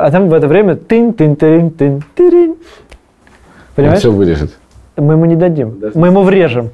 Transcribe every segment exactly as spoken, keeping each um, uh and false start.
а там в это время тын-тын-тын-тын-тын. Понимаешь? Он все вырежет. Мы ему не дадим. Да, мы ему врежем.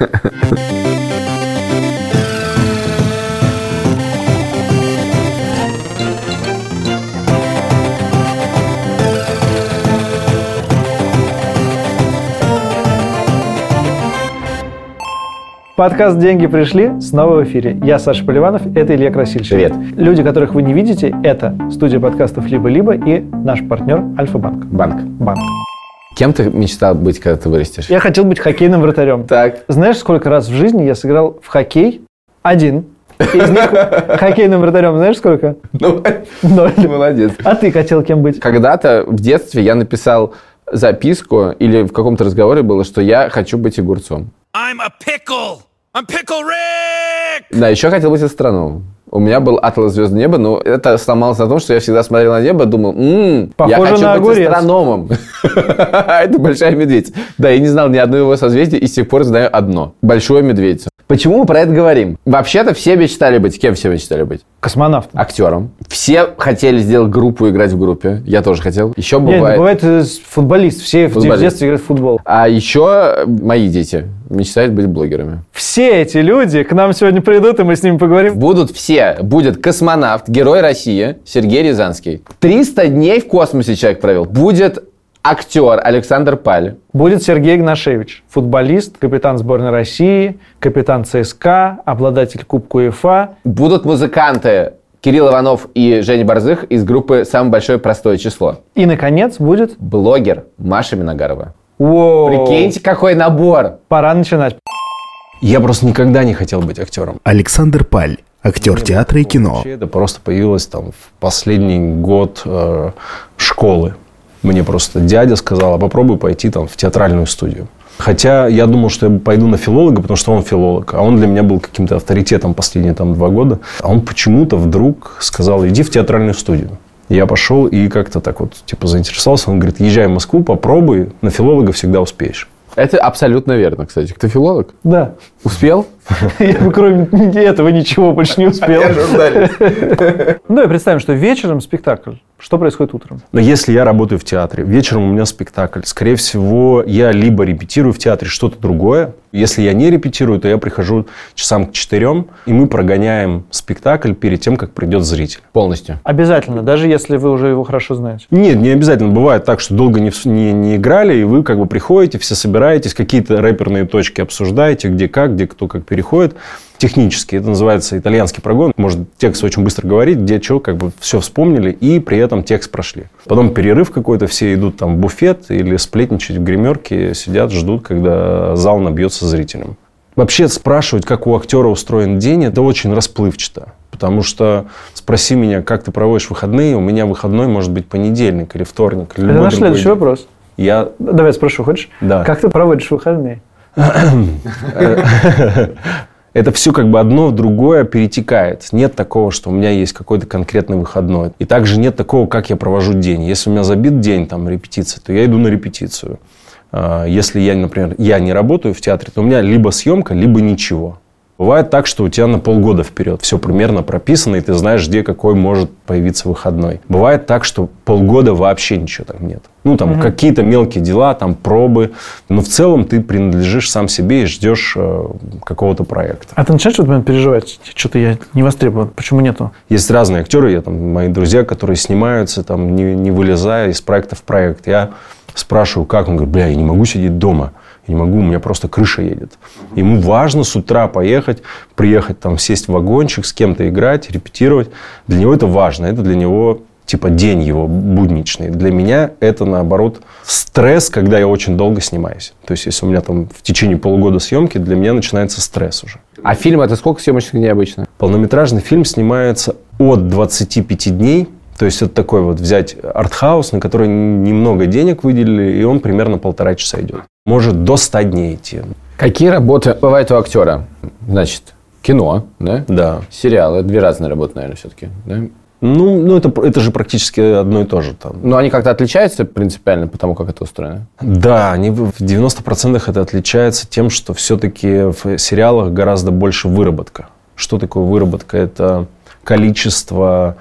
Подкаст «Деньги пришли» снова в эфире. Я Саша Поливанов, это Илья Красильщик. Привет. Люди, которых вы не видите, это студия подкастов «Либо-либо» и наш партнер Альфа-банк. Банк. Банк. Кем ты мечтал быть, когда ты вырастешь? Я хотел быть хоккейным вратарем. Так. Знаешь, сколько раз в жизни я сыграл в хоккей? Один. Из них хоккейным вратарем знаешь сколько? Ну, Ноль. Молодец. А ты хотел кем быть? Когда-то в детстве я написал записку, или в каком-то разговоре было, что я хочу быть огурцом. I'm a pickle! I'm Pickle Rick! Да, еще хотел быть астрономом. У меня был атлас звезд неба, но это сломалось на том, что я всегда смотрел на небо, думал, м-м, я хочу на быть огурец. астрономом. Это большая медведь. Да, я не знал ни одного его созвездия, и с тех пор знаю одно. Большую медведицу. Почему мы про это говорим? Вообще-то все мечтали быть. Кем все мечтали быть? Космонавтом. Актером. Все хотели сделать группу, играть в группе. Я тоже хотел. Еще Нет, бывает... бывает футболист. Все Футболист. в детстве играют в футбол. А еще мои дети мечтают быть блогерами. Все эти люди к нам сегодня придут, и мы с ними поговорим. Будут все. Будет космонавт, герой России Сергей Рязанский. триста дней в космосе человек провел. Будет актер Александр Паль. Будет Сергей Игнашевич, футболист, капитан сборной России, капитан ЦСКА, обладатель Кубка УЕФА. Будут музыканты Кирилл Иванов и Женя Борзых из группы «Самое большое простое число». И, наконец, будет... Блогер Маша Миногарова. Воу. Прикиньте, какой набор. Пора начинать. Я просто никогда не хотел быть актером. Александр Паль, актер театра и кино. Вообще, это просто появилось там в последний год э, школы. Мне просто дядя сказал, а попробуй пойти там в театральную студию. Хотя я думал, что я пойду на филолога, потому что он филолог. А он для меня был каким-то авторитетом последние там два года. А он почему-то вдруг сказал, иди в театральную студию. Я пошел и как-то так вот типа заинтересовался. Он говорит, езжай в Москву, попробуй, на филолога всегда успеешь. Это абсолютно верно, кстати. Ты филолог? Да. Успел? Я бы кроме этого ничего больше не успел. Ну, давай представим, что вечером спектакль. Что происходит утром? Но если я работаю в театре, вечером у меня спектакль, скорее всего, я либо репетирую в театре что-то другое. Если я не репетирую, то я прихожу часам к четырем, и мы прогоняем спектакль перед тем, как придет зритель. Полностью. Обязательно, даже если вы уже его хорошо знаете. Нет, не обязательно. Бывает так, что долго не, не, не играли, и вы как бы приходите, все собираетесь, какие-то рэперные точки обсуждаете, где как, где кто как переходит. Технически. Это называется итальянский прогон. Может текст очень быстро говорить, где что, как бы все вспомнили, и при этом текст прошли. Потом перерыв какой-то, все идут там в буфет или сплетничать в гримерке, сидят, ждут, когда зал набьется зрителем. Вообще спрашивать, как у актера устроен день, это очень расплывчато. Потому что спроси меня, как ты проводишь выходные, у меня выходной может быть понедельник или вторник. Или это наш следующий день. Вопрос. Я... Давай спрошу, хочешь? Да. Как ты проводишь выходные? Это все как бы одно в другое перетекает. Нет такого, что у меня есть какой-то конкретный выходной. И также нет такого, как я провожу день. Если у меня забит день, там, репетиция, то я иду на репетицию. Если я, например, я не работаю в театре, то у меня либо съемка, либо ничего. Бывает так, что у тебя на полгода вперед все примерно прописано, и ты знаешь, где какой может появиться выходной. Бывает так, что полгода вообще ничего там нет. Ну, там угу. какие-то мелкие дела, там пробы. Но в целом ты принадлежишь сам себе и ждешь э, какого-то проекта. А ты начинаешь в этот момент переживать? Что-то я не востребован. Почему нету? Есть разные актеры, я, там, мои друзья, которые снимаются, там, не, не вылезая из проекта в проект. Я спрашиваю, как? Он говорит, бля, я не могу сидеть дома. Я не могу, у меня просто крыша едет. Ему важно с утра поехать, приехать, там, сесть в вагончик, с кем-то играть, репетировать. Для него это важно. Это для него типа день его будничный. Для меня это, наоборот, стресс, когда я очень долго снимаюсь. То есть, если у меня там в течение полугода съемки, для меня начинается стресс уже. А фильм это сколько съемочных дней обычно? Полнометражный фильм снимается от двадцати пяти дней. То есть, это такой вот взять артхаус, на который немного денег выделили, и он примерно полтора часа идет. Может до ста дней идти. Какие работы бывают у актера? Значит, кино, да? Да. Сериалы. Две разные работы, наверное, все-таки, да? Ну, ну это, это же практически одно и то же. Там. Но они как-то отличаются принципиально по тому, как это устроено? Да, они в девяноста процентах это отличается тем, что все-таки в сериалах гораздо больше выработка. Что такое выработка? Это количество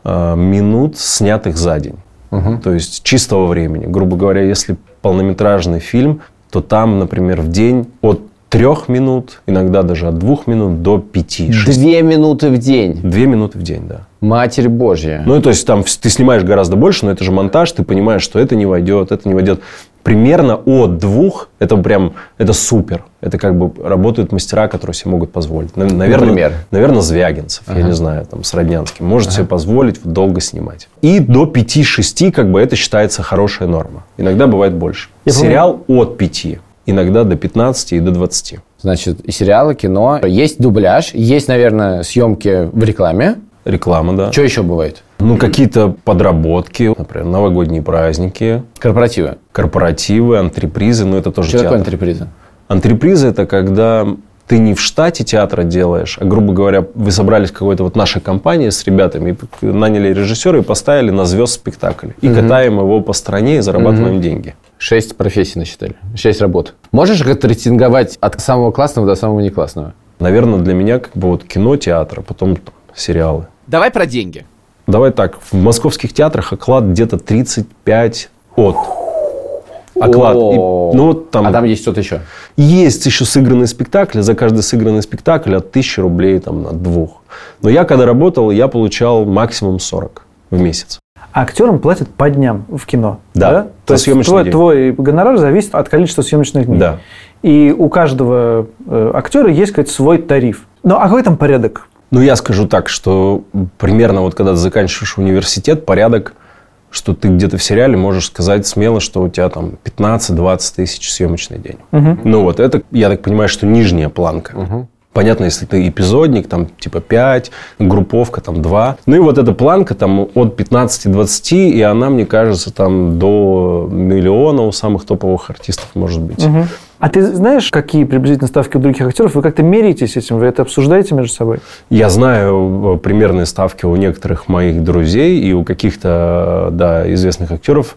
э, минут, снятых за день. Угу. То есть чистого времени. Грубо говоря, если полнометражный фильм, то там, например, в день от трех минут, иногда даже от двух минут до пяти. Две минуты в день? Две минуты в день, да. Матерь Божья. Ну, то есть там ты снимаешь гораздо больше, но это же монтаж, ты понимаешь, что это не войдет, это не войдет. Примерно от двух, это прям, это супер. Это как бы работают мастера, которые себе могут позволить. Наверное, Например? Наверное, Звягинцев, ага. я не знаю, там, с Роднянским. Может ага. себе позволить долго снимать. И до пяти-шести, как бы, это считается хорошая норма. Иногда бывает больше. Я Сериал помню. От пяти. Иногда до пятнадцати и до двадцати. Значит, сериалы, кино. Есть дубляж, есть, наверное, съемки в рекламе. Реклама, да. Что еще бывает? Ну, какие-то подработки, например, новогодние праздники. Корпоративы. Корпоративы, антрепризы, но это тоже что театр. Что такое антреприза? Антреприза – это когда ты не в штате театра делаешь, а, грубо говоря, вы собрались в какой-то вот нашей компании с ребятами, и наняли режиссера и поставили на звезд спектакль. И угу. катаем его по стране и зарабатываем угу. деньги. Шесть профессий насчитали. Шесть работ. Можешь как-то рейтинговать от самого классного до самого неклассного? Наверное, для меня как бы вот кино, театр, а потом там, сериалы. Давай про деньги. Давай так. В московских театрах оклад где-то тридцать пять от. Оклад. И, ну, там, а там есть что-то еще? Есть еще сыгранные спектакли. За каждый сыгранный спектакль от тысячи рублей там, от двух. Но я когда работал, я получал максимум сорок в месяц. А актерам платят по дням в кино? Да. да? То есть твой, твой гонорар зависит от количества съемочных дней. Да. И у каждого э, актера есть, сказать, свой тариф. Ну, а какой там порядок? Ну, я скажу так, что примерно вот когда ты заканчиваешь университет, порядок, что ты где-то в сериале можешь сказать смело, что у тебя там пятнадцать-двадцать тысяч съемочный день. Угу. Ну, вот это, я так понимаю, что нижняя планка. Угу. Понятно, если ты эпизодник, там типа пять, групповка там два. Ну и вот эта планка там от пятнадцати-двадцати, и она, мне кажется, там до миллиона у самых топовых артистов может быть. Угу. А ты знаешь, какие приблизительно ставки у других актеров? Вы как-то меряетесь этим? Вы это обсуждаете между собой? Я знаю примерные ставки у некоторых моих друзей и у каких-то, да, известных актеров.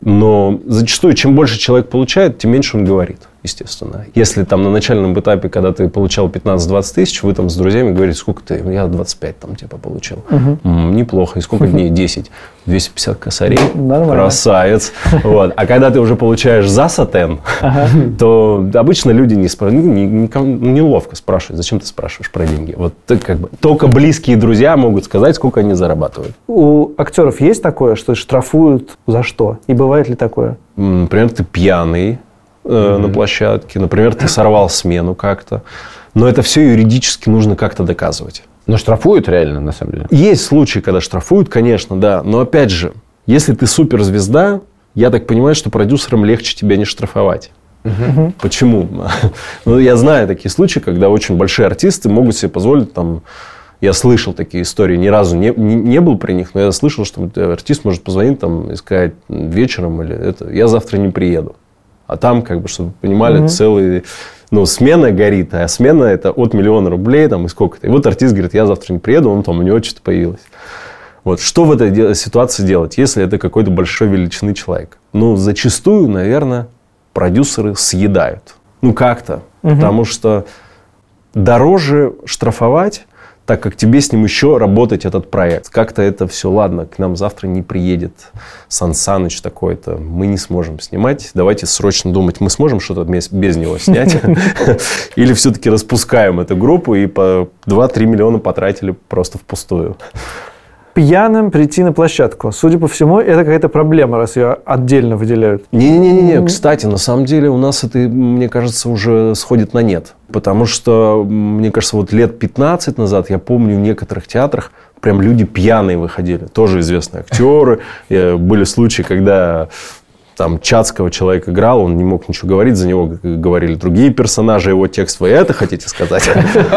Но зачастую, чем больше человек получает, тем меньше он говорит, естественно. Если там на начальном этапе, когда ты получал пятнадцать-двадцать тысяч, вы там с друзьями говорите, сколько ты? Я двадцать пять там типа получил. Угу. М-м, неплохо. И сколько дней? десять. двести пятьдесят косарей. Нормально. Красавец. Вот. А когда ты уже получаешь за сатен, ага. то обычно люди не спрашивают. Не, не, не, неловко спрашивать. Зачем ты спрашиваешь про деньги? Вот ты как бы только близкие друзья могут сказать, сколько они зарабатывают. У актеров есть такое, что штрафуют за что? И бывает ли такое? Например, ты пьяный э, mm-hmm. на площадке. Например, ты сорвал смену как-то. Но это все юридически нужно как-то доказывать. Но штрафуют реально, на самом деле? Есть случаи, когда штрафуют, конечно, да. Но опять же, если ты суперзвезда, я так понимаю, что продюсерам легче тебя не штрафовать. Uh-huh. Почему? Ну, я знаю такие случаи, когда очень большие артисты могут себе позволить там... Я слышал такие истории, ни разу не, не, не был при них, но я слышал, что артист может позвонить там, и сказать вечером, или это, я завтра не приеду. А там, как бы, чтобы вы понимали, uh-huh. целый... Ну, смена горит, а смена это от миллиона рублей, там, и сколько-то. И вот артист говорит, я завтра не приеду, он там, у него что-то появилось. Вот. Что в этой ситуации делать, если это какой-то большой величины человек? Ну, зачастую, наверное, продюсеры съедают. Ну, как-то. Угу. Потому что дороже штрафовать, так как тебе с ним еще работать этот проект. Как-то это все, ладно, к нам завтра не приедет Сан Саныч такой-то, мы не сможем снимать. Давайте срочно думать, мы сможем что-то без, без него снять? Или все-таки распускаем эту группу и по два-три миллиона потратили просто впустую? Пьяным прийти на площадку. Судя по всему, это какая-то проблема, раз ее отдельно выделяют. Не-не-не, кстати, на самом деле у нас это, мне кажется, уже сходит на нет. Потому что, мне кажется, вот лет пятнадцать назад, я помню, в некоторых театрах прям люди пьяные выходили. Тоже известные актеры. Были случаи, когда... Там Чацкого человек играл, он не мог ничего говорить, за него говорили другие персонажи, его текст. Вы это хотите сказать?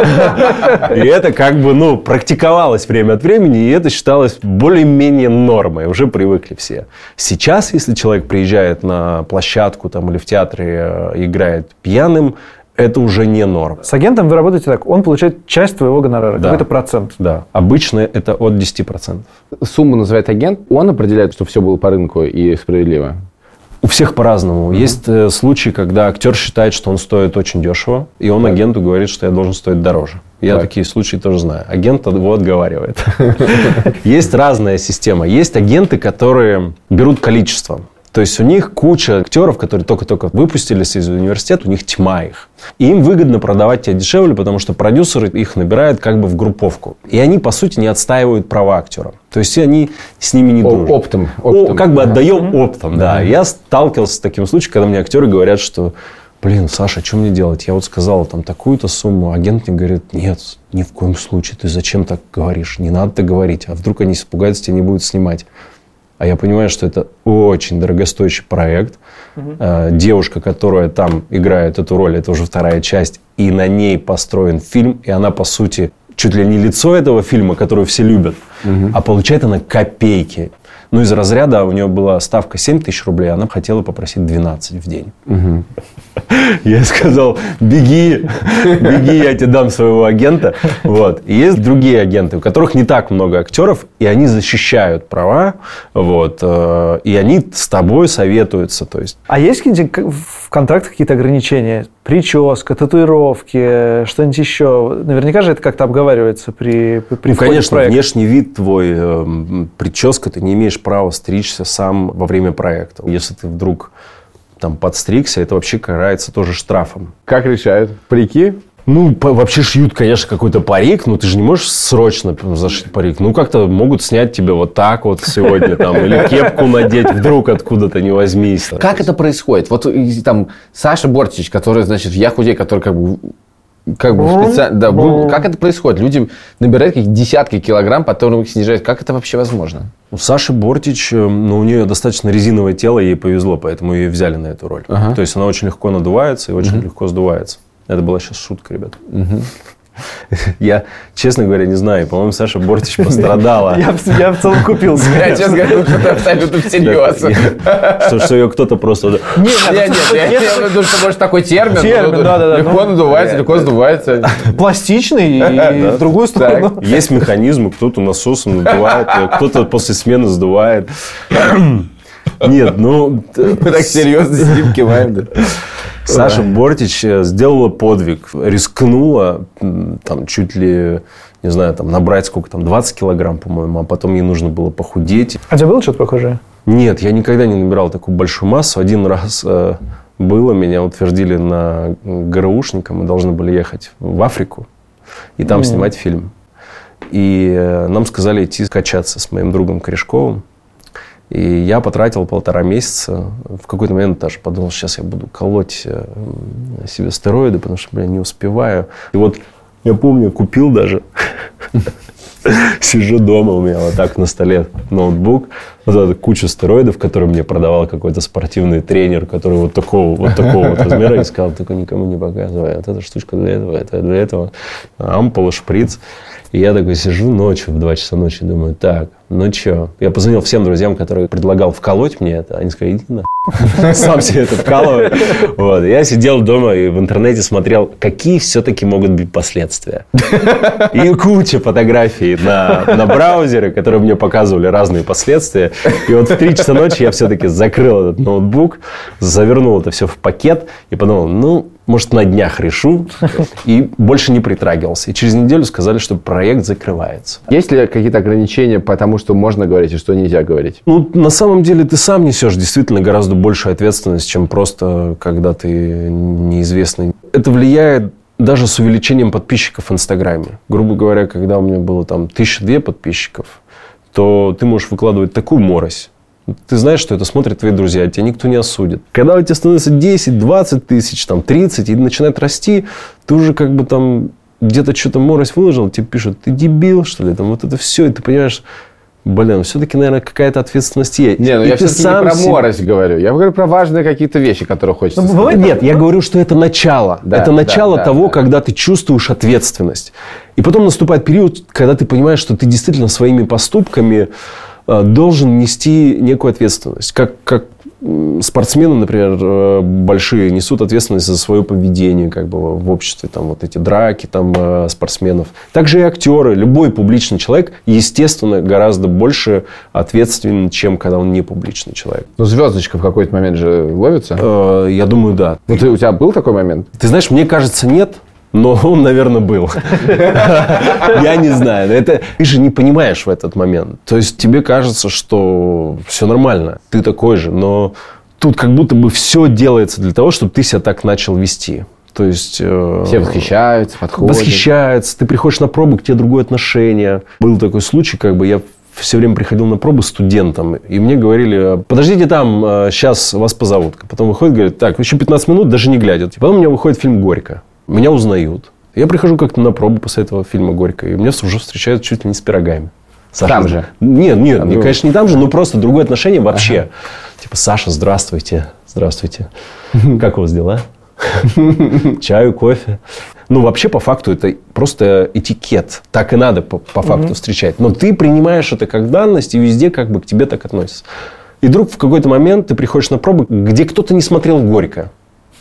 И это как бы, ну, практиковалось время от времени, и это считалось более-менее нормой, уже привыкли все. Сейчас, если человек приезжает на площадку там, или в театре играет пьяным, это уже не норма. С агентом вы работаете так, он получает часть твоего гонорара, да. Какой-то процент. Да, обычно это от десяти процентов. Сумму называет агент, он определяет, что все было по рынку и справедливо. У всех по-разному. Mm-hmm. Есть э, случаи, когда актер считает, что он стоит очень дешево, и он агенту говорит, что я должен стоить дороже. Я так. такие случаи тоже знаю. Агент его отговаривает. Есть разная система. Есть агенты, которые берут количеством. То есть у них куча актеров, которые только-только выпустились из университета, у них тьма их. И им выгодно продавать тебя дешевле, потому что продюсеры их набирают как бы в групповку. И они, по сути, не отстаивают права актеров. То есть они с ними не дружат. Оптом. оптом. О, как бы отдаем оптом, да. да. Я сталкивался с таким случаем, когда мне актеры говорят, что, блин, Саша, что мне делать? Я вот сказал там такую-то сумму, агент мне говорит, нет, ни в коем случае, ты зачем так говоришь? Не надо так говорить. А вдруг они испугаются, тебя не будут снимать. А я понимаю, что это очень дорогостоящий проект. Угу. Девушка, которая там играет эту роль, это уже вторая часть. И на ней построен фильм. И она, по сути, чуть ли не лицо этого фильма, которую все любят. Угу. А получает она копейки. Ну, из разряда у нее была ставка семь тысяч рублей, она хотела попросить двенадцать в день. Угу. Я сказал, беги, беги, я тебе дам своего агента. Вот. И есть другие агенты, у которых не так много актеров, и они защищают права, вот, и они с тобой советуются. То есть. А есть какие-то в контрактах какие-то ограничения? Прическа, татуировки, что-нибудь еще? Наверняка же это как-то обговаривается при, при ну, конечно, в проект. Внешний вид твой, э, прическа, ты не имеешь права стричься сам во время проекта. Если ты вдруг там подстригся, это вообще карается тоже штрафом. Как решают? Парики? Ну, по- вообще шьют, конечно, какой-то парик, но ты же не можешь срочно зашить парик. Ну, как-то могут снять тебе вот так вот сегодня, там, или кепку надеть вдруг откуда-то не возьмись. Как это происходит? Вот там Саша Бортич, который, значит, я худей, который как бы... Как бы специально, да, как это происходит? Люди набирают какие-то десятки килограмм, потом их снижают. Как это вообще возможно? У Саши Бортич, ну, у нее достаточно резиновое тело, ей повезло, поэтому ее взяли на эту роль. Ага. То есть она очень легко надувается и очень угу. легко сдувается. Это была сейчас шутка, ребят. Угу. Я, честно говоря, не знаю. По-моему, Саша Бортич пострадала. Я в целом купился. Я, честно говоря, что-то абсолютно всерьез. Что ее кто-то просто... Нет, нет, я думаю, что может такой термин. Термин, да-да-да. Легко надувается, легко сдувается. Пластичный и в другую сторону. Есть механизмы. Кто-то насосом надувает, кто-то после смены сдувает. Нет, ну... Мы так серьезно сидим, киваем, да. Саша Бортич сделала подвиг, рискнула там чуть ли, не знаю, там набрать сколько там, двадцать килограмм, по-моему, а потом ей нужно было похудеть. А у тебя было что-то похожее? Нет, я никогда не набирал такую большую массу. Один раз э, было, меня утвердили на ГРУшника, мы должны были ехать в Африку и там mm. снимать фильм. И э, нам сказали идти качаться с моим другом Корешковым. И я потратил полтора месяца. В какой-то момент даже подумал, сейчас я буду колоть себе стероиды, потому что, блин, не успеваю. И вот я помню, купил даже. Сижу дома, у меня вот так на столе ноутбук. Вот эта куча стероидов, которые мне продавал какой-то спортивный тренер, который вот такого вот, такого вот размера. И сказал, только никому не показывай. Вот эта штучка для этого, это для этого. Ампула, шприц. И я такой сижу ночью, в два часа ночи, думаю, так, ну что? Я позвонил всем друзьям, которые предлагал вколоть мне это. Они сказали, иди нахуй, сам себе это вкалывай. Вот. Я сидел дома и в интернете смотрел, какие все-таки могут быть последствия. И куча фотографий на, на браузере, которые мне показывали разные последствия. И вот в три часа ночи я все-таки закрыл этот ноутбук, завернул это все в пакет и подумал, ну... Может, на днях решу. И больше не притрагивался. И через неделю сказали, что проект закрывается. Есть ли какие-то ограничения по тому, что можно говорить и что нельзя говорить? Ну, на самом деле, ты сам несешь действительно гораздо большую ответственность, чем просто, когда ты неизвестный. Это влияет даже с увеличением подписчиков в Инстаграме. Грубо говоря, когда у меня было там тысяча две подписчиков, то ты можешь выкладывать такую морось. Ты знаешь, что это смотрят твои друзья, тебя никто не осудит. Когда у тебя становится десять, двадцать тысяч, там, тридцать, и начинает расти, ты уже как бы там где-то что-то морось выложил, тебе пишут, ты дебил, что ли, там вот это все, и ты понимаешь, блин, все-таки, наверное, какая-то ответственность есть. Не, ну и я все-таки не про себе... морось говорю, я говорю про важные какие-то вещи, которые хочется ну, сказать. Нет, я говорю, что это начало. Да, это начало да, того, да, когда да. ты чувствуешь ответственность. И потом наступает период, когда ты понимаешь, что ты действительно своими поступками должен нести некую ответственность. Как, как спортсмены, например, большие, несут ответственность за свое поведение как бы, в обществе. Там, вот эти драки там, спортсменов. Также и актеры. Любой публичный человек, естественно, гораздо больше ответственен, чем когда он не публичный человек. Ну, звездочка в какой-то момент же ловится? Э, я думаю, да. Ну, ты, у тебя был такой момент? Ты знаешь, мне кажется, нет. Но он, наверное, был. Я не знаю. Это... Ты же не понимаешь в этот момент. То есть, тебе кажется, что все нормально. Ты такой же. Но тут как будто бы все делается для того, чтобы ты себя так начал вести. То есть... Э... Все восхищаются, подходят. Восхищаются. Ты приходишь на пробу, к тебе другое отношение. Был такой случай, как бы я все время приходил на пробы студентам. И мне говорили, подождите там, сейчас вас позовут. Потом выходит, говорит, так, еще пятнадцать минут, даже не глядя. Потом у меня выходит фильм «Горько». Меня узнают. Я прихожу как-то на пробу после этого фильма «Горько», и меня уже встречают чуть ли не с пирогами. Саша, там же? Нет, нет, там не, конечно, не там же, но просто другое отношение вообще. Ага. Типа, Саша, здравствуйте, здравствуйте. Как у вас дела? Чаю, кофе. Ну, вообще, по факту, это просто этикет. Так и надо по, по факту встречать. Но ты принимаешь это как данность, и везде как бы к тебе так относятся. И вдруг в какой-то момент ты приходишь на пробу, где кто-то не смотрел «Горько».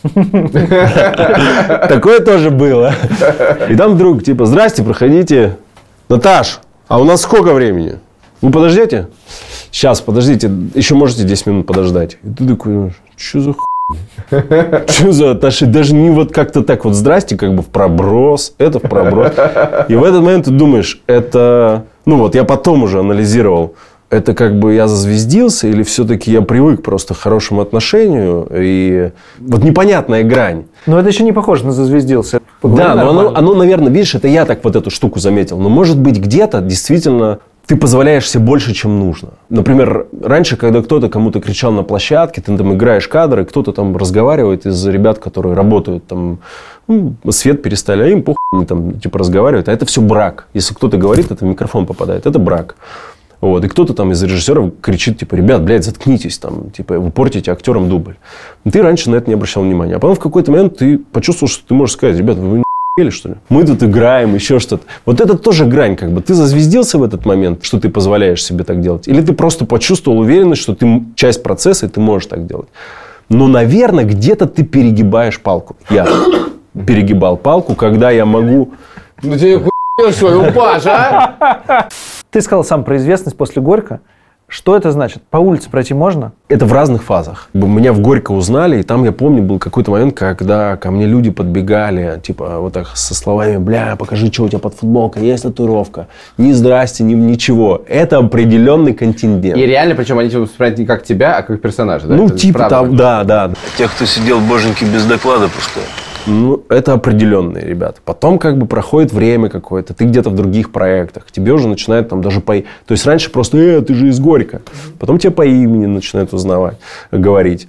Такое тоже было. И там вдруг, типа, здрасте, проходите. Наташ, а у нас сколько времени? Вы подождете? Сейчас, подождите, еще можете десять минут подождать. И ты такой, что за хуйня? Что за Наташа? Даже не вот как-то так вот, здрасте, как бы в проброс. Это в проброс. И в этот момент ты думаешь, это... Ну вот, я потом уже анализировал. Это как бы я зазвездился или все-таки я привык просто к хорошему отношению? И вот непонятная грань. Но это еще не похоже на зазвездился. Поговорим да, но оно, оно, наверное, видишь, это я так вот эту штуку заметил. Но может быть где-то действительно ты позволяешь себе больше, чем нужно. Например, раньше, когда кто-то кому-то кричал на площадке, ты там играешь кадры, кто-то там разговаривает из ребят, которые работают там, ну, свет перестали, а им похуй, они там типа разговаривают. А это все брак. Если кто-то говорит, это в микрофон попадает. Это брак. Вот. И кто-то там из режиссеров кричит, типа, ребят, блядь, заткнитесь, там, типа, вы портите актерам дубль. И ты раньше на это не обращал внимания. А потом в какой-то момент ты почувствовал, что ты можешь сказать, ребят, вы не охуели, что ли? Мы тут играем, еще что-то. Вот это тоже грань, как бы. Ты зазвездился в этот момент, что ты позволяешь себе так делать? Или ты просто почувствовал уверенность, что ты часть процесса, и ты можешь так делать? Но, наверное, где-то ты перегибаешь палку. Я перегибал палку, когда я могу... Ну, тебе хуй свою, Паша, а? Ты сказал сам про известность после «Горько». Что это значит? По улице пройти можно? Это в разных фазах. Меня в «Горько» узнали, и там, я помню, был какой-то момент, когда ко мне люди подбегали, типа, вот так со словами, бля, покажи, что у тебя под футболкой, есть татуировка. Ни здрасте, ни ничего. Это определенный контингент. И реально, причем они тебя воспринимают не как тебя, а как персонажа, да? Ну, это типа, там, да, да. Тех, кто сидел, боженьки, без доклада пускай. Ну, это определенные ребята. Потом как бы проходит время какое-то, ты где-то в других проектах, тебе уже начинают там даже по... То есть, раньше просто, э, ты же из «Горько». Потом тебя по имени начинают узнавать, говорить.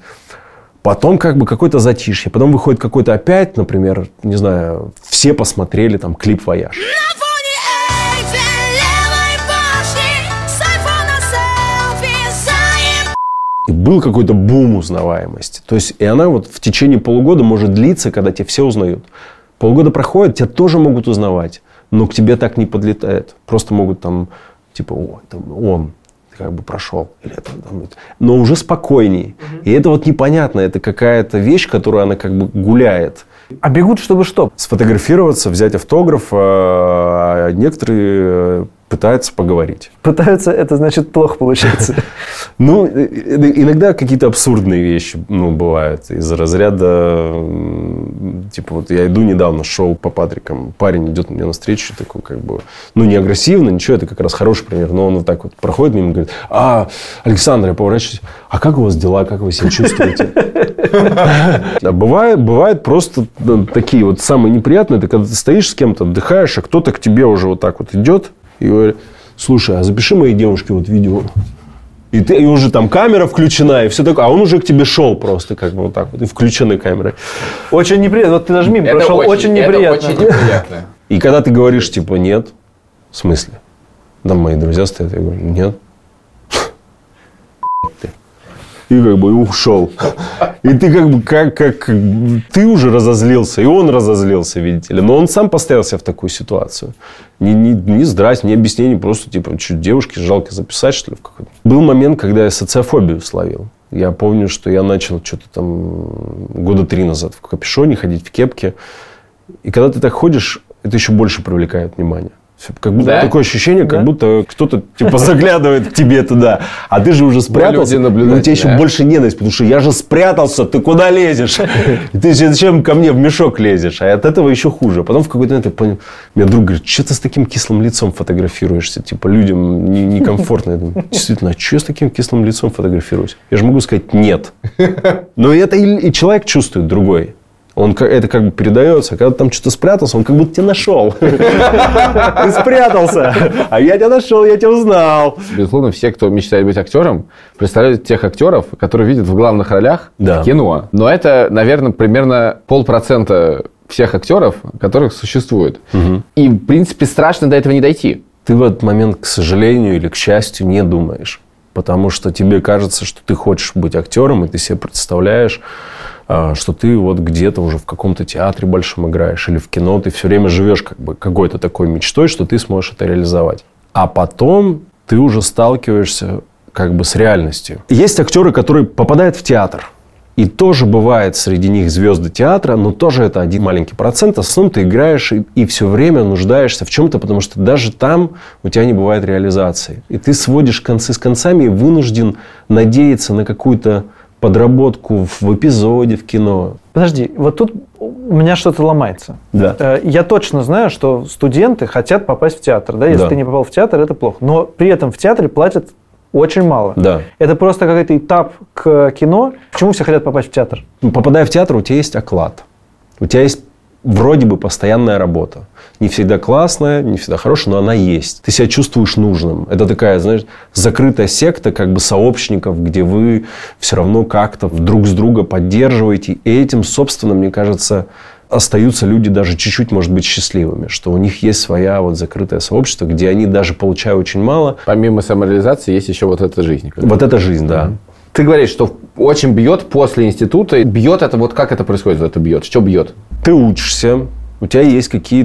Потом как бы какое-то затишье. Потом выходит какой-то опять, например, не знаю, все посмотрели там клип «Вояж». И был какой-то бум узнаваемости. То есть, и она вот в течение полугода может длиться, когда тебя все узнают. Полгода проходит, тебя тоже могут узнавать, но к тебе так не подлетает. Просто могут там, типа, о, это он как бы прошел. Или это, там, но уже спокойней. Угу. И это вот непонятно. Это какая-то вещь, которую она как бы гуляет. А бегут, чтобы что? Сфотографироваться, взять автограф, а некоторые пытаются поговорить. Пытаются, это значит плохо получается. Ну, иногда какие-то абсурдные вещи, ну, бывают. Из разряда, типа, вот я иду недавно, шел по Патрикам, парень идет мне навстречу, такой, как бы, ну, не агрессивно, ничего, это как раз хороший пример, но он вот так вот проходит мимо и говорит, а, Александр, я поворачиваюсь, а как у вас дела, как вы себя чувствуете? Бывает, бывает просто такие вот самые неприятные, это когда ты стоишь с кем-то, отдыхаешь, а кто-то к тебе уже вот так вот идет, и говорит, слушай, а запиши моей девушке вот видео. И, ты, и уже там камера включена, и все такое. А он уже к тебе шел просто, как бы вот так вот, и включены камеры. Очень неприятно. Вот ты нажми, это прошел, очень, очень неприятно. Это очень неприятно. И когда ты говоришь, типа, нет, в смысле? Там мои друзья стоят, я говорю, нет. И как бы ушел. И ты как бы, как, как, ты уже разозлился, и он разозлился, видите ли. Но он сам поставил себя в такую ситуацию. Ни, ни, ни здрасте, ни объяснений, просто типа, что девушке жалко записать, что ли, в какой-то. Был момент, когда я социофобию словил. Я помню, что я начал что-то там года три назад в капюшоне ходить, в кепке. И когда ты так ходишь, это еще больше привлекает внимание. Как будто Да? такое ощущение, как Да. будто кто-то типа заглядывает к тебе туда, а ты же уже спрятался, люди и у тебя наблюдатели, еще а? больше ненависть, потому что я же спрятался, ты куда лезешь? И ты зачем ко мне в мешок лезешь? А от этого еще хуже. Потом в какой-то момент я понял, меня друг говорит, что ты с таким кислым лицом фотографируешься? Типа людям не- некомфортно. Я думаю, действительно, а что я с таким кислым лицом фотографируюсь? Я же могу сказать нет. Но это и, и человек чувствует другой. Он, ка- это как бы передается. Когда ты там что-то спрятался, он как будто тебя нашел. Ты спрятался. А я тебя нашел, я тебя узнал. Безусловно, все, кто мечтает быть актером, представляют тех актеров, которые видят в главных ролях Да. в кино. Но это, наверное, примерно полпроцента всех актеров, которых существует. И, в принципе, страшно до этого не дойти. Ты в этот момент, к сожалению или к счастью, не думаешь. Потому что тебе кажется, что ты хочешь быть актером, и ты себе представляешь, а, что ты вот где-то уже в каком-то театре большом играешь или в кино. Ты все время живешь как бы какой-то такой мечтой, что ты сможешь это реализовать. А потом ты уже сталкиваешься как бы с реальностью. Есть актеры, которые попадают в театр. И тоже бывает среди них звезды театра, но тоже это один маленький процент. В основном ты играешь и, и все время нуждаешься в чем-то, потому что даже там у тебя не бывает реализации. И ты сводишь концы с концами и вынужден надеяться на какую-то подработку в эпизоде, в кино. Подожди, вот тут у меня что-то ломается. Да. Э, Я точно знаю, что студенты хотят попасть в театр. Да? Если Да. ты не попал в театр, это плохо. Но при этом в театре платят очень мало. Да. Это просто какой-то этап к кино. Почему все хотят попасть в театр? Ну, попадая в театр, у тебя есть оклад. У тебя есть вроде бы постоянная работа. Не всегда классная, не всегда хорошая, но она есть. Ты себя чувствуешь нужным. Это такая, знаешь, закрытая секта как бы сообщников, где вы все равно как-то друг с друга поддерживаете. И этим, собственно, мне кажется, остаются люди даже чуть-чуть, может быть, счастливыми. Что у них есть своя вот закрытое сообщество, где они даже получая очень мало. Помимо самореализации есть еще вот эта жизнь. Вот эта жизнь, да. Ты говоришь, что очень бьет после института. Бьет это, вот как это происходит, вот это бьет? Что бьет? Ты учишься, у тебя есть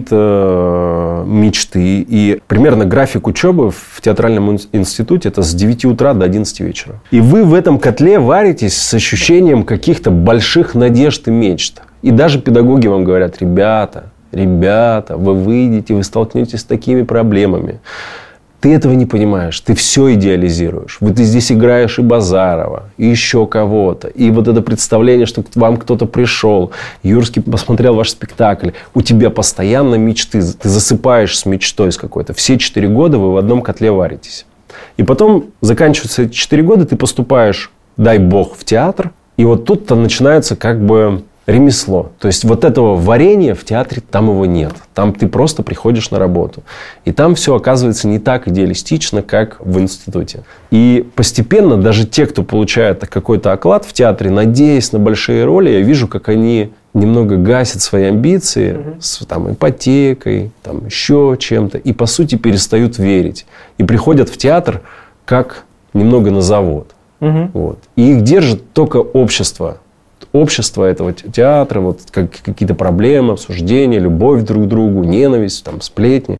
какие-то мечты. И примерно график учебы в театральном ин- институте – это с девяти утра до одиннадцати вечера. И вы в этом котле варитесь с ощущением каких-то больших надежд и мечт. И даже педагоги вам говорят, ребята, ребята, вы выйдете, вы столкнетесь с такими проблемами. Ты этого не понимаешь, ты все идеализируешь. Вот ты здесь играешь и Базарова, и еще кого-то. И вот это представление, что к вам кто-то пришел, Юрский посмотрел ваш спектакль, у тебя постоянно мечты, ты засыпаешь с мечтой с какой-то. Все четыре года вы в одном котле варитесь. И потом заканчиваются эти четыре года, ты поступаешь, дай бог, в театр. И вот тут-то начинается как бы ремесло. То есть вот этого варенья в театре, там его нет. Там ты просто приходишь на работу. И там все оказывается не так идеалистично, как в институте. И постепенно даже те, кто получает какой-то оклад в театре, надеясь на большие роли, я вижу, как они немного гасят свои амбиции mm-hmm. с там, ипотекой, там, еще чем-то. И по сути перестают верить. И приходят в театр как немного на завод. Mm-hmm. Вот. И их держит только общество. Общество этого театра, вот как, какие-то проблемы, обсуждения, любовь друг к другу, ненависть, там, сплетни.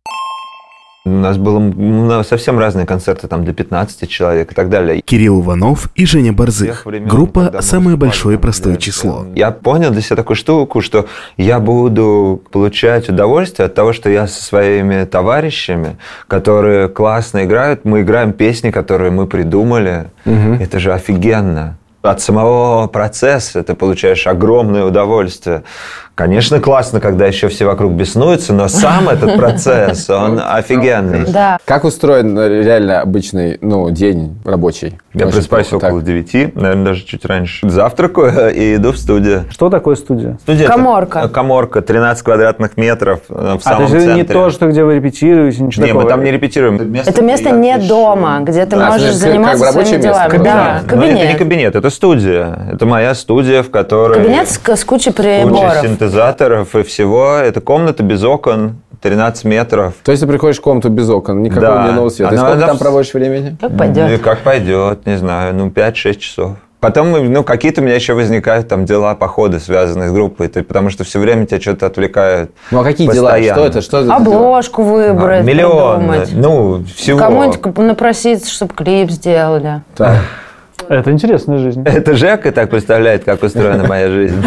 У нас было ну, совсем разные концерты там, для пятнадцати человек и так далее. Кирилл Иванов и Женя Борзых. Времен, Группа мы «Самое большое там, простое для... число». Я понял для себя такую штуку, что я буду получать удовольствие от того, что я со своими товарищами, которые классно играют, мы играем песни, которые мы придумали. Угу. Это же офигенно. От самого процесса ты получаешь огромное удовольствие. Конечно, классно, когда еще все вокруг беснуются, но сам этот процесс, он офигенный. Да. Как устроен реально обычный ну, день рабочий? Я Очень просыпаюсь плохо, около так. девяти, наверное, даже чуть раньше. Завтракаю и иду в студию. Что такое студия? Студия Каморка. Это, коморка, тринадцать квадратных метров в А, то самом есть это центре. не то, что где вы репетируете, ничего Не, такого? мы там не репетируем. Это место не я пишу. дома, где ты А, можешь как бы заниматься рабочее своими место, делами. кабинет. Да, Но это не кабинет. кабинет, это студия. Это моя студия, в которой Кабинет с, с кучей куча приборов. синтезаторов и всего. Это комната без окон, тринадцать метров. То есть ты приходишь в комнату без окон, никакого Да. дневного света. И Она- сколько она там в- проводишь времени? Как пойдет. И как пойдет, не знаю, ну пять-шесть часов. Потом, ну, какие-то у меня еще возникают там дела, походы, связанные с группой, ты- потому что все время тебя что-то отвлекают. Ну а какие дела? Постоянно. Что это? Что это за дела? Обложку выбрать, Миллион, придумать. ну, всего. Кому-нибудь напроситься, чтобы клип сделали. Так. Это интересная жизнь. Это Жека так представляет, как устроена моя жизнь.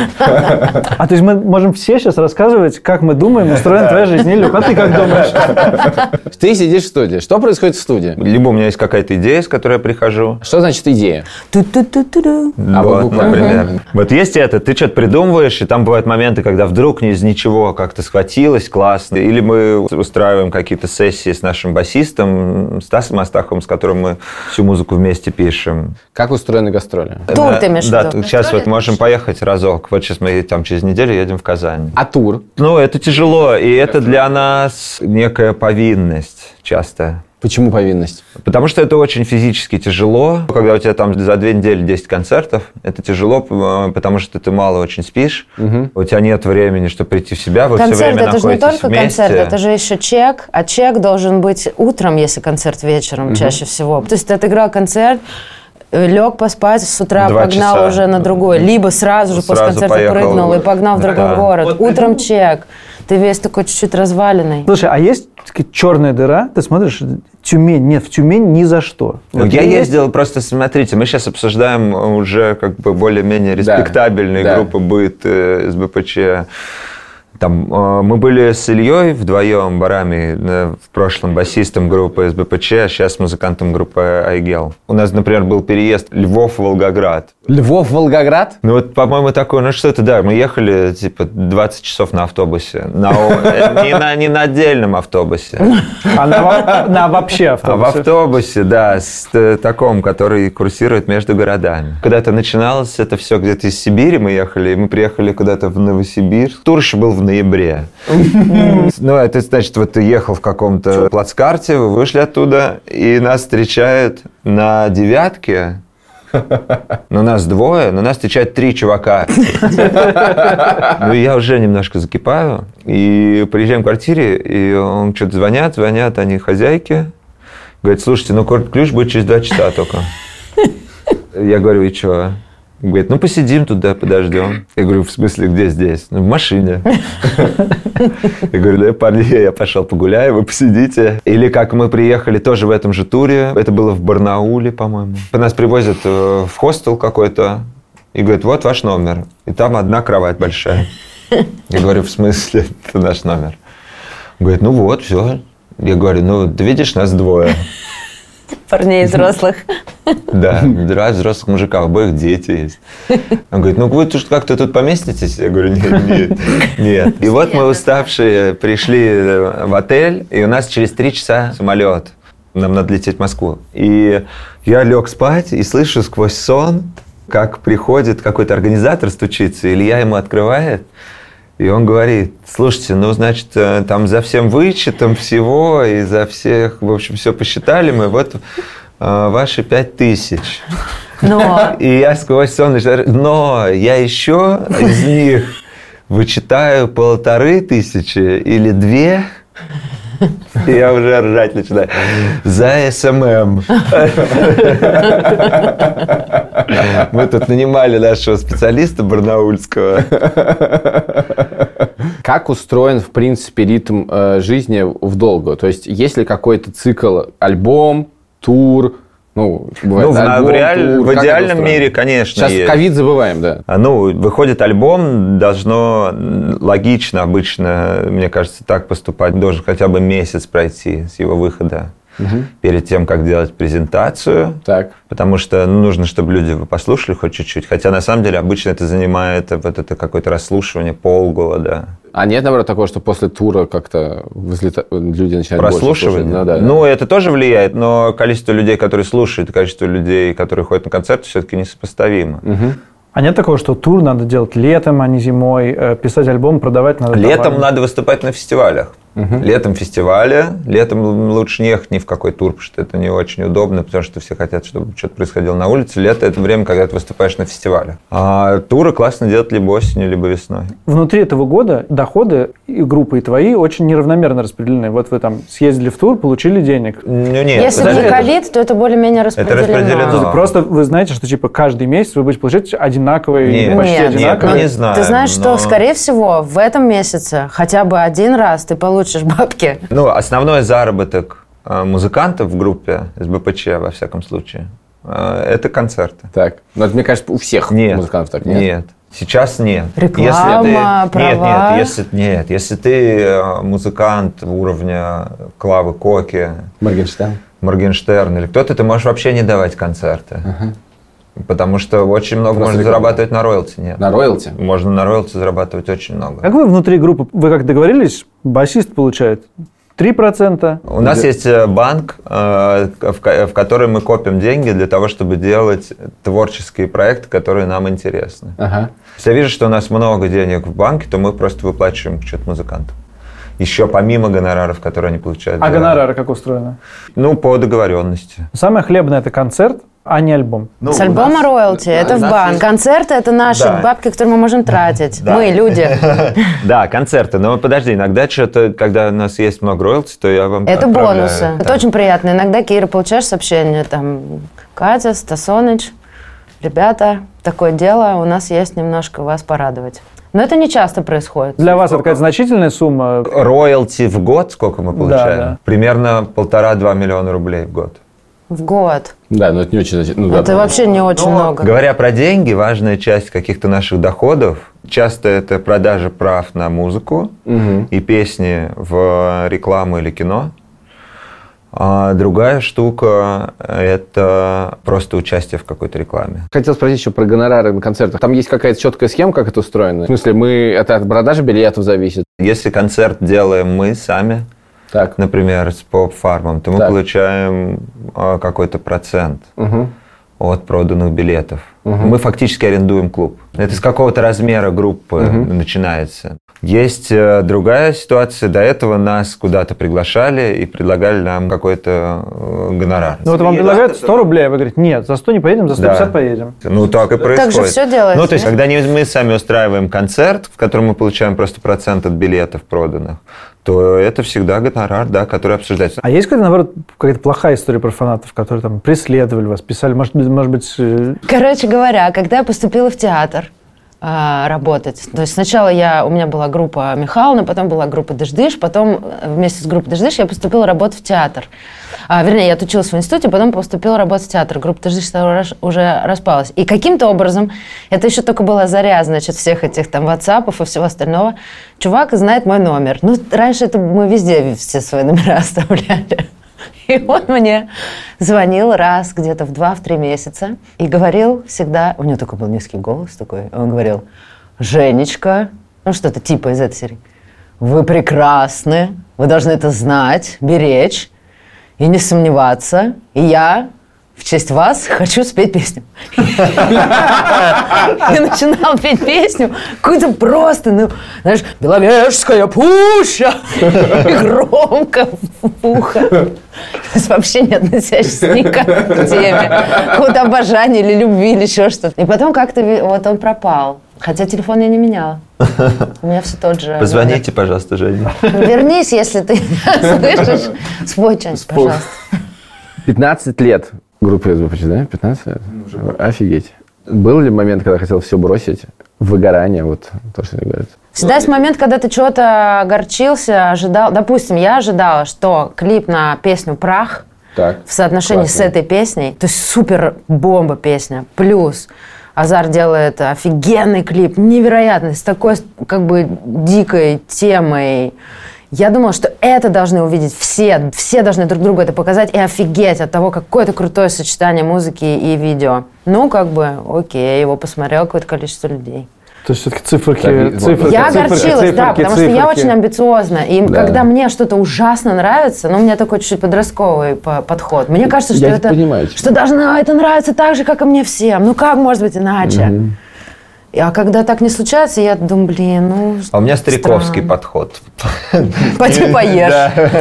А то есть мы можем все сейчас рассказывать, как мы думаем, устроена твоя жизнь. Илюх, а ты как думаешь? Ты сидишь в студии. Что происходит в студии? Либо у меня есть какая-то идея, с которой я прихожу. Что значит идея? Ту-ту-ту-ту-ду. А вот Вот, буквально. например. Вот есть это, ты что-то придумываешь, и там бывают моменты, когда вдруг из ничего как-то схватилось классно. Или мы устраиваем какие-то сессии с нашим басистом, Стасом Астаховым, с которым мы всю музыку вместе пишем. Как устроены гастроли? Тур ты имеешь в Да, виду? сейчас вот можем поехать разок. Вот сейчас мы там через неделю едем в Казань. А тур? Ну, это тяжело, и это для нас некая повинность часто. Почему повинность? Потому что это очень физически тяжело. Когда у тебя там за две недели десять концертов, это тяжело, потому что ты мало очень спишь. Угу. У тебя нет времени, чтобы прийти в себя. Вы Концерт, все время это же не находитесь только вместе. концерт, это же еще чек. А чек должен быть утром, если концерт вечером, угу. чаще всего. То есть ты отыграл концерт, лег поспать, с утра Два погнал часа. уже на другой. Либо сразу же Сразу после концерта поехал. прыгнул и погнал в другой Да. город. Утром чек. Ты весь такой чуть-чуть разваленный. Слушай, а есть черная дыра? Ты смотришь, Тюмень, нет, в Тюмень ни за что. Ну, Вот я есть- ездил, просто смотрите, мы сейчас обсуждаем уже как бы более-менее респектабельные да. группы «Быт», э, СБПЧ. Там, э, мы были с Ильей вдвоем, Барами, э, в прошлом басистом группы СБПЧ, а сейчас музыкантом группы Айгел. У нас, например, был переезд Львов-Волгоград. Львов-Волгоград? Ну вот, по-моему, такое, ну что это, да, мы ехали типа двадцать часов на автобусе. На, о- не, на, не на отдельном автобусе, А на, во- на вообще а в автобусе. автобусе, да, с э, таком, который курсирует между городами. Когда-то начиналось это все где-то из Сибири, мы ехали, и мы приехали куда-то в Новосибирск. Тур еще был в ноябре. Ну, это значит, вот ты ехал в каком-то плацкарте, вы вышли оттуда, и нас встречают на девятке. Но нас двое, но нас встречают три чувака. Ну, я уже немножко закипаю. И приезжаем к квартире, и он что-то звонят, звонят они хозяйке. Говорит, слушайте, ну ключ будет через два часа только. Я говорю, и что? Говорит, ну посидим туда, подождем. Я говорю, в смысле, где здесь? Ну, в машине. Я говорю, да, парни, я пошел погуляю, вы посидите. Или как мы приехали тоже в этом же туре, это было в Барнауле, по-моему. Нас привозят в хостел какой-то и говорят, вот ваш номер. И там одна кровать большая. Я говорю, в смысле, это наш номер? Он говорит, ну вот, все. Я говорю, ну ты видишь, нас двое. Парней взрослых. Да, два взрослых мужика, у обоих дети есть. Он говорит, ну вы тут как-то тут поместитесь? Я говорю, нет, нет, нет. И вот мы уставшие пришли в отель, и у нас через три часа самолет. Нам надо лететь в Москву. И я лег спать и слышу сквозь сон, как приходит какой-то организатор стучится, Илья ему открывает. И он говорит, слушайте, ну, значит, там за всем вычетом всего и за всех, в общем, все посчитали мы, вот э, ваши пять тысяч. Но... И я сквозь сон начинаю, но я еще из них вычитаю полторы тысячи или две, и я уже ржать начинаю. За СММ. Мы тут нанимали нашего специалиста барнаульского. Как устроен, в принципе, ритм э, жизни в долгу? То есть, есть ли какой-то цикл альбом, тур? Ну, бывает, Ну, в, альбом, в, реаль- тур, в как это идеальном устроено? мире, конечно, Сейчас есть. ковид забываем, да. А, Ну, выходит альбом, должно логично обычно, мне кажется, так поступать. Должен хотя бы месяц пройти с его выхода. Угу. Перед тем, как делать презентацию. Так. Потому что ну, нужно, чтобы люди послушали хоть чуть-чуть. Хотя, на самом деле, обычно это занимает вот это какое-то расслушивание полгода. А нет, наоборот, такого, что после тура как-то взлета... люди начинают больше слушать? Прослушивание? Ну, да, ну, да. это тоже влияет, но количество людей, которые слушают, и количество людей, которые ходят на концерты, все-таки несопоставимо. Угу. А нет такого, что тур надо делать летом, а не зимой, э, писать альбом, продавать надо Летом товары? надо выступать на фестивалях. Угу. Летом фестивали, летом лучше не ехать ни в какой тур, потому что это не очень удобно, потому что все хотят, чтобы что-то происходило на улице. Лето – это время, когда ты выступаешь на фестивале. А туры классно делать либо осенью, либо весной. Внутри этого года доходы и группы, и твои очень неравномерно распределены. Вот вы там съездили в тур, получили денег. Ну, нет, Если бы подожди, не это- ковид, то это более-менее распределено. распределено. Просто вы знаете, что типа каждый месяц вы будете получать одинаковые, Нет, почти нет, одинаковые. нет, не знаю. Ты знаешь, но- что, скорее всего, в этом месяце хотя бы один раз ты получишь бабки. Ну, основной заработок э, музыкантов в группе СБПЧ, во всяком случае, Это концерты. Так. Но это, мне кажется, у всех нет, музыкантов так, нет? Нет. Сейчас нет. Реклама, если ты, права. Нет, нет, если, нет, если ты музыкант уровня Клавы Коки, Моргенштерн, Моргенштерн или кто-то, ты можешь вообще не давать концерты. Uh-huh. Потому что очень много Просто можно реклама. зарабатывать на роялти. Нет. На роялти? Можно на роялти зарабатывать очень много. Как вы внутри группы, вы как договорились, басист получает три процента? У нас есть банк, в который мы копим деньги для того, чтобы делать творческие проекты, которые нам интересны. Ага. Если я вижу, что у нас много денег в банке, то мы просто выплачиваем что-то музыкантам. Еще помимо гонораров, которые они получают. А гонорары как устроены? Ну, по договоренности. Самое хлебное – это концерт, а не альбом. Ну, С альбома роялти, да, это в банк. Есть... Концерты – это наши да. бабки, которые мы можем тратить. Да. Мы, люди. Да, концерты. Но подожди, иногда что-то, когда у нас есть много роялти, то я вам Это бонусы. Это очень приятно. Иногда, Кира, получаешь сообщение, там, Катя, Стасоныч, ребята, такое дело, у нас есть немножко вас порадовать. Но это не часто происходит. Для вас это какая-то значительная сумма? Роялти в год сколько мы получаем? Да, да. Примерно полтора-два миллиона рублей в год. В год? Да, но это не очень значительно. Ну, это да, вообще не очень но, много. Говоря про деньги, важная часть каких-то наших доходов, часто это продажа прав на музыку угу. и песни в рекламу или кино. А другая штука – это просто участие в какой-то рекламе. Хотел спросить еще про гонорары на концертах. Там есть какая-то четкая схема, как это устроено? В смысле, мы, это от продажи билетов зависит? Если концерт делаем мы сами, так. например, с поп-фармом, то мы так. получаем какой-то процент угу. от проданных билетов. Угу. Мы фактически арендуем клуб. Это с какого-то размера группы угу. начинается. Есть другая ситуация. До этого нас куда-то приглашали и предлагали нам какой-то гонорар. Ну вот вам предлагают сто рублей, а вы говорите, нет, за сто не поедем, за сто пятьдесят да. поедем. Ну так и происходит. Так же все делается. Ну то есть, когда мы сами устраиваем концерт, в котором мы получаем просто процент от билетов проданных, то это всегда гонорар, да, который обсуждается. А есть какая-то, наоборот, какая-то плохая история про фанатов, которые там преследовали вас, писали, может быть, может быть... Короче говоря, когда я поступила в театр, работать. То есть сначала я, у меня была группа Михайловна, потом была группа Дыш-Дыш, потом вместе с группой Дыш-Дыш я поступила работать в театр. А, вернее, я отучилась в институте, потом поступила работать в театр. Группа Дыш-Дыш уже распалась. И каким-то образом, это еще только была заря, значит, всех этих там ватсапов и всего остального, чувак знает мой номер. Ну, раньше это мы везде все свои номера оставляли. И он мне звонил раз где-то в два-три месяца и говорил всегда, у него такой был низкий голос такой, он говорил: Женечка, ну что-то типа из этой серии, вы прекрасны, вы должны это знать, беречь и не сомневаться, и я в честь вас хочу спеть песню. Я начинал петь песню, какую-то просто, ну, знаешь, Беловежская пуща, и громко в ухо. То есть вообще не относящийся никак к теме. Какого-то обожания или любви, или еще что-то. И потом как-то вот он пропал. Хотя телефон я не меняла. У меня все тот же. Позвоните, пожалуйста, Жене. Вернись, если ты слышишь. Спой что-нибудь, пожалуйста. пятнадцать лет. Группа СБ, да? пятнадцать лет? Ну, офигеть. Был ли момент, когда хотел все бросить? Выгорание, вот то, что говорят. Всегда есть момент, когда ты чего-то огорчился, ожидал. Допустим, я ожидала, что клип на песню «Прах» так, в соотношении классно. С этой песней, то есть супер бомба песня, плюс Азар делает офигенный клип, невероятный, с такой как бы дикой темой. Я думала, что это должны увидеть все, все должны друг другу это показать и офигеть от того, какое это крутое сочетание музыки и видео. Ну, как бы, окей, его посмотрело какое-то количество людей. То есть все-таки циферки, циферки, Я циферки, огорчилась, циферки, да, потому циферки. что я очень амбициозна. И да. когда мне что-то ужасно нравится, ну, у меня такой чуть-чуть подростковый подход. Мне кажется, что я это, понимаю. что должно это нравиться так же, как и мне всем. Ну, как может быть иначе? Угу. А когда так не случается, я думаю, блин, ну... А у меня стариковский подход. Пойди поешь.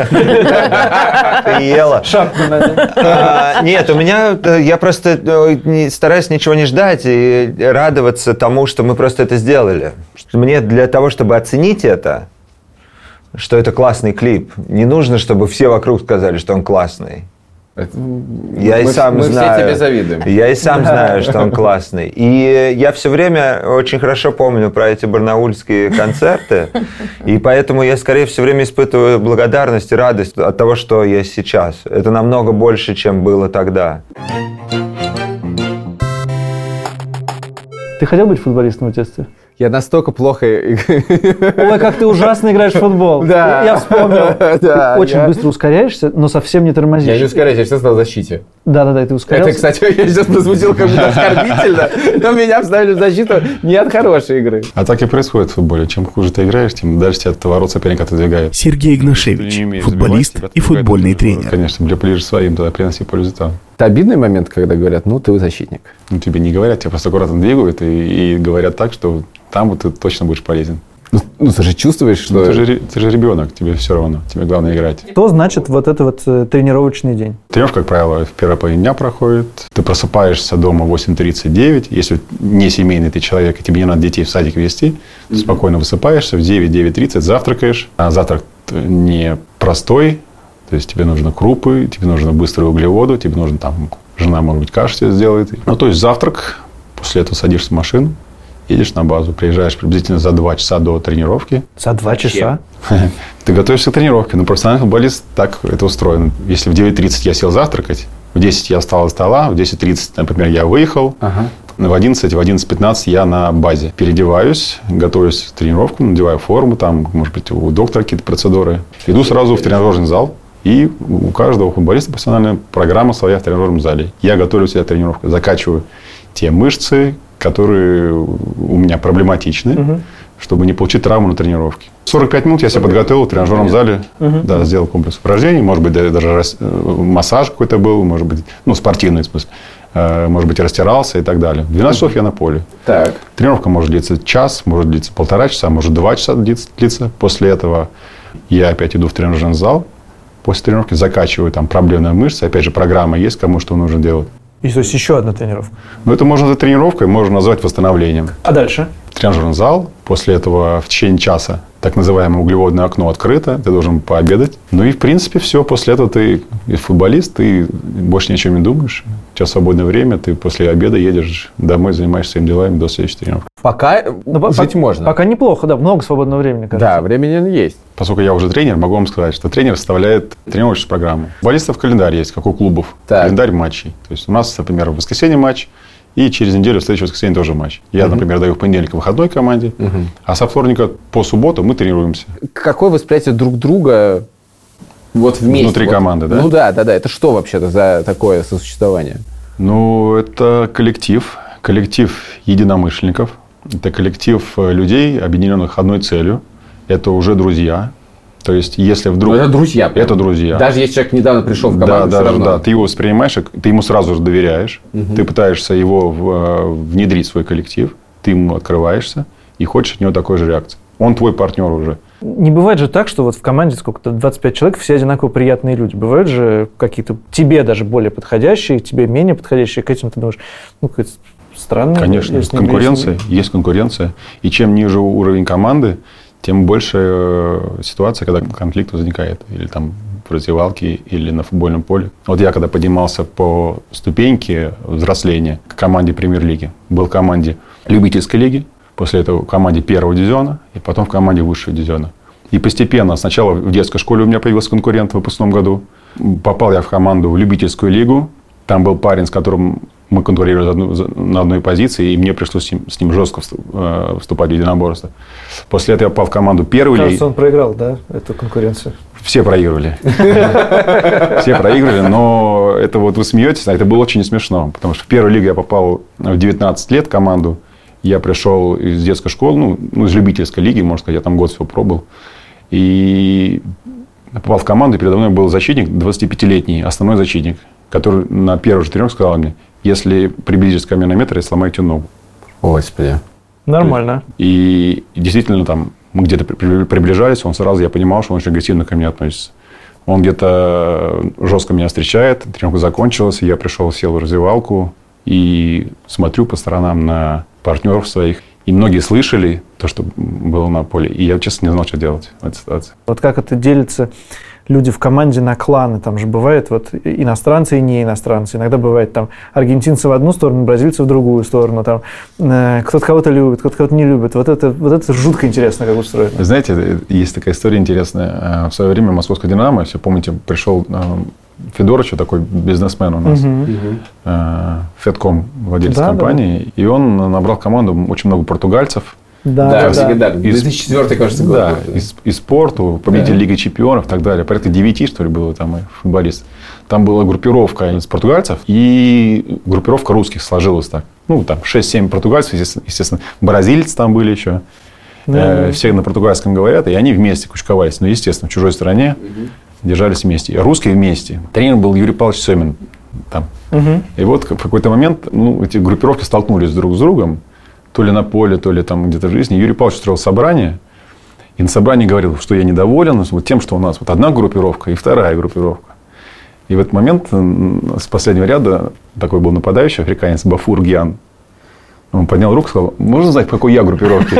Ты ела. Шапку надо. Нет, у меня... Я просто стараюсь ничего не ждать и радоваться тому, что мы просто это сделали. Мне для того, чтобы оценить это, что это классный клип, не нужно, чтобы все вокруг сказали, что он классный. Это... Я мы, и сам мы знаю. все тебе завидуем. Я и сам знаю, что он классный. И я все время очень хорошо помню про эти барнаульские концерты. И поэтому я скорее все время испытываю благодарность и радость от того, что есть сейчас. Это намного больше, чем было тогда. Ты хотел быть футболистом в детстве? Я настолько плохо... Ой, как ты ужасно играешь в футбол. Да. Я вспомнил. Да, Ты очень я- быстро ускоряешься, но совсем не тормозишь. Я не ускоряюсь, я сейчас стал в защите. Да-да-да, и ты ускорялся. Это, кстати, я сейчас прозвучил как будто оскорбительно, но меня вставили в защиту не от хорошей игры. А так и происходит в футболе. Чем хуже ты играешь, тем дальше тебя от ворот соперника отодвигают. Сергей Игнашевич, футболист и футбольный тренер. Конечно, для ближе своим, тогда приноси пользу там. Это обидный момент, когда говорят, ну, ты защитник. Ну, тебе не говорят, тебя просто аккуратно двигают и, и говорят так, что там вот ты точно будешь полезен. Ну, ну ты же чувствуешь, что... Ну, ты, же, ре- ты же ребенок, тебе все равно, тебе главное играть. Что значит вот это вот э, тренировочный день? Тренировка, как правило, в первой половине дня проходит. Ты просыпаешься дома в восемь тридцать девять. Если не семейный ты человек, и тебе не надо детей в садик везти, mm-hmm. спокойно высыпаешься, в девять-девять тридцать завтракаешь. А завтрак не простой, то есть тебе нужны крупы, тебе нужны быстрые углеводы, тебе нужно там, жена, может быть, кашу тебе сделает. Ну, то есть завтрак, после этого садишься в машину, едешь на базу, приезжаешь приблизительно за два часа до тренировки. За два часа? Ты готовишься к тренировке. Но профессиональный футболист так это устроено. Если в девять тридцать я сел завтракать, в десять я встал от стола, в десять тридцать, например, я выехал, ага. в одиннадцать, в одиннадцать пятнадцать я на базе. Переодеваюсь, готовлюсь к тренировке, надеваю форму, там, может быть, у доктора какие-то процедуры. Иду сразу в тренажерный зал. И у каждого футболиста профессиональная программа своя в тренажерном зале. Я готовлю себя к тренировке, закачиваю те мышцы, которые у меня проблематичны, угу. чтобы не получить травму на тренировке. сорок пять минут я себя подготовил в тренажерном зале, угу. да, сделал комплекс упражнений, может быть, даже массаж какой-то был, может быть, ну, спортивный в смысле, может быть, растирался и так далее. В двенадцать часов я на поле. Так. Тренировка может длиться час, может длиться полтора часа, может два часа длиться. После этого я опять иду в тренажерный зал. После тренировки закачиваю там проблемные мышцы. Опять же, программа есть, кому что нужно делать. И то есть еще одна тренировка? Ну, это можно назвать тренировкой, можно назвать восстановлением. А дальше? Тренажерный зал. После этого в течение часа так называемое углеводное окно открыто. Ты должен пообедать. Ну и, в принципе, все. После этого ты футболист, ты больше ни о чем не думаешь. У тебя свободное время, ты после обеда едешь домой, занимаешься своими делами до следующей тренировки. Пока ну, жить по- можно. Пока неплохо, да. Много свободного времени, кажется. Да, времени есть. Поскольку я уже тренер, могу вам сказать, что тренер составляет тренировочную программу. У футболистов календарь есть, как у клубов. Так. Календарь матчей. То есть у нас, например, в воскресенье матч, и через неделю в следующее воскресенье тоже матч. Я, uh-huh. например, даю в понедельник выходной команде, uh-huh. а со вторника по субботу мы тренируемся. Какое восприятие друг друга вот вместе? Внутри вот. команды, да? Ну да, да, да. Это что вообще-то за такое сосуществование? Ну, это коллектив. Коллектив единомышленников. Это коллектив людей, объединенных одной целью. Это уже друзья. То есть, если вдруг... Ну, это друзья. Прям. Это друзья. Даже если человек недавно пришел в команду, да, все даже, равно. Да, ты его воспринимаешь, ты ему сразу же доверяешь. Угу. Ты пытаешься его в, внедрить в свой коллектив. Ты ему открываешься и хочешь от него такой же реакции. Он твой партнер уже. Не бывает же так, что вот в команде сколько-то, двадцать пять человек, все одинаково приятные люди. Бывают же какие-то тебе даже более подходящие, тебе менее подходящие. К этим ты думаешь, ну, какая-то странная... Конечно, есть конкуренция, есть конкуренция. И чем ниже уровень команды, тем больше ситуация, когда конфликт возникает. Или там в раздевалке, или на футбольном поле. Вот я, когда поднимался по ступеньке взросления к команде премьер-лиги, был в команде любительской лиги, после этого в команде первого дивизиона, и потом в команде высшего дивизиона. И постепенно, сначала в детской школе у меня появился конкурент в выпускном году. Попал я в команду в любительскую лигу. Там был парень, с которым мы конкурировали на одной позиции, и мне пришлось с ним, с ним жестко вступать в единоборство. После этого я попал в команду первой лиги. Кажется, он проиграл, да, эту конкуренцию? Все проигрывали. Все проигрывали, но это вот вы смеетесь, а это было очень смешно. Потому что в первую лигу я попал в девятнадцать лет в команду. Я пришел из детской школы, ну, ну, из любительской лиги, можно сказать, я там год всего пробыл. И попал в команду, и передо мной был защитник, двадцатипятилетний, основной защитник, который на первый же тренировке сказал мне, если приблизитесь ко мне на метр, я сломаю тебе ногу. Господи. Нормально. И, и действительно там мы где-то приближались, он сразу, я понимал, что он очень агрессивно ко мне относится. Он где-то жестко меня встречает, тренировка закончилась, я пришел, сел в раздевалку и смотрю по сторонам на партнеров своих. И многие слышали то, что было на поле. И я, честно, не знал, что делать в этой ситуации. Вот как это делится люди в команде на кланы? Там же бывает вот иностранцы и не иностранцы. Иногда бывает там аргентинцы в одну сторону, бразильцы в другую сторону. Там, э, кто-то кого-то любит, кто-то кого-то не любит. Вот это, вот это жутко интересно, как устроено. Знаете, есть такая история интересная. В свое время Московская «Динамо», если помните, пришел Федоровича, такой бизнесмен у нас, угу. э, Федком, владелец да, компании, да. И он набрал в команду очень много португальцев. Да, да, да. да. две тысячи четвёртый, кажется, год. Да, и, и спорту, победитель да. Лиги чемпионов и так далее. Порядка девяти, что ли, было там футболистов. Там была группировка из португальцев и группировка русских сложилась так. Ну, там шесть-семь португальцев, естественно, бразильцы там были еще. Да. Э, все на португальском говорят, и они вместе кучковались. Ну, естественно, в чужой стране угу. держались вместе. И русские вместе. Тренер был Юрий Павлович Семин там. Угу. И вот в какой-то момент ну, эти группировки столкнулись друг с другом. То ли на поле, то ли там где-то в жизни. Юрий Павлович устроил собрание. И на собрании говорил, что я недоволен вот тем, что у нас вот одна группировка и вторая группировка. И в этот момент с последнего ряда такой был нападающий, африканец Бафур Гиан. Он поднял руку и сказал, можно знать, в какой я группировке?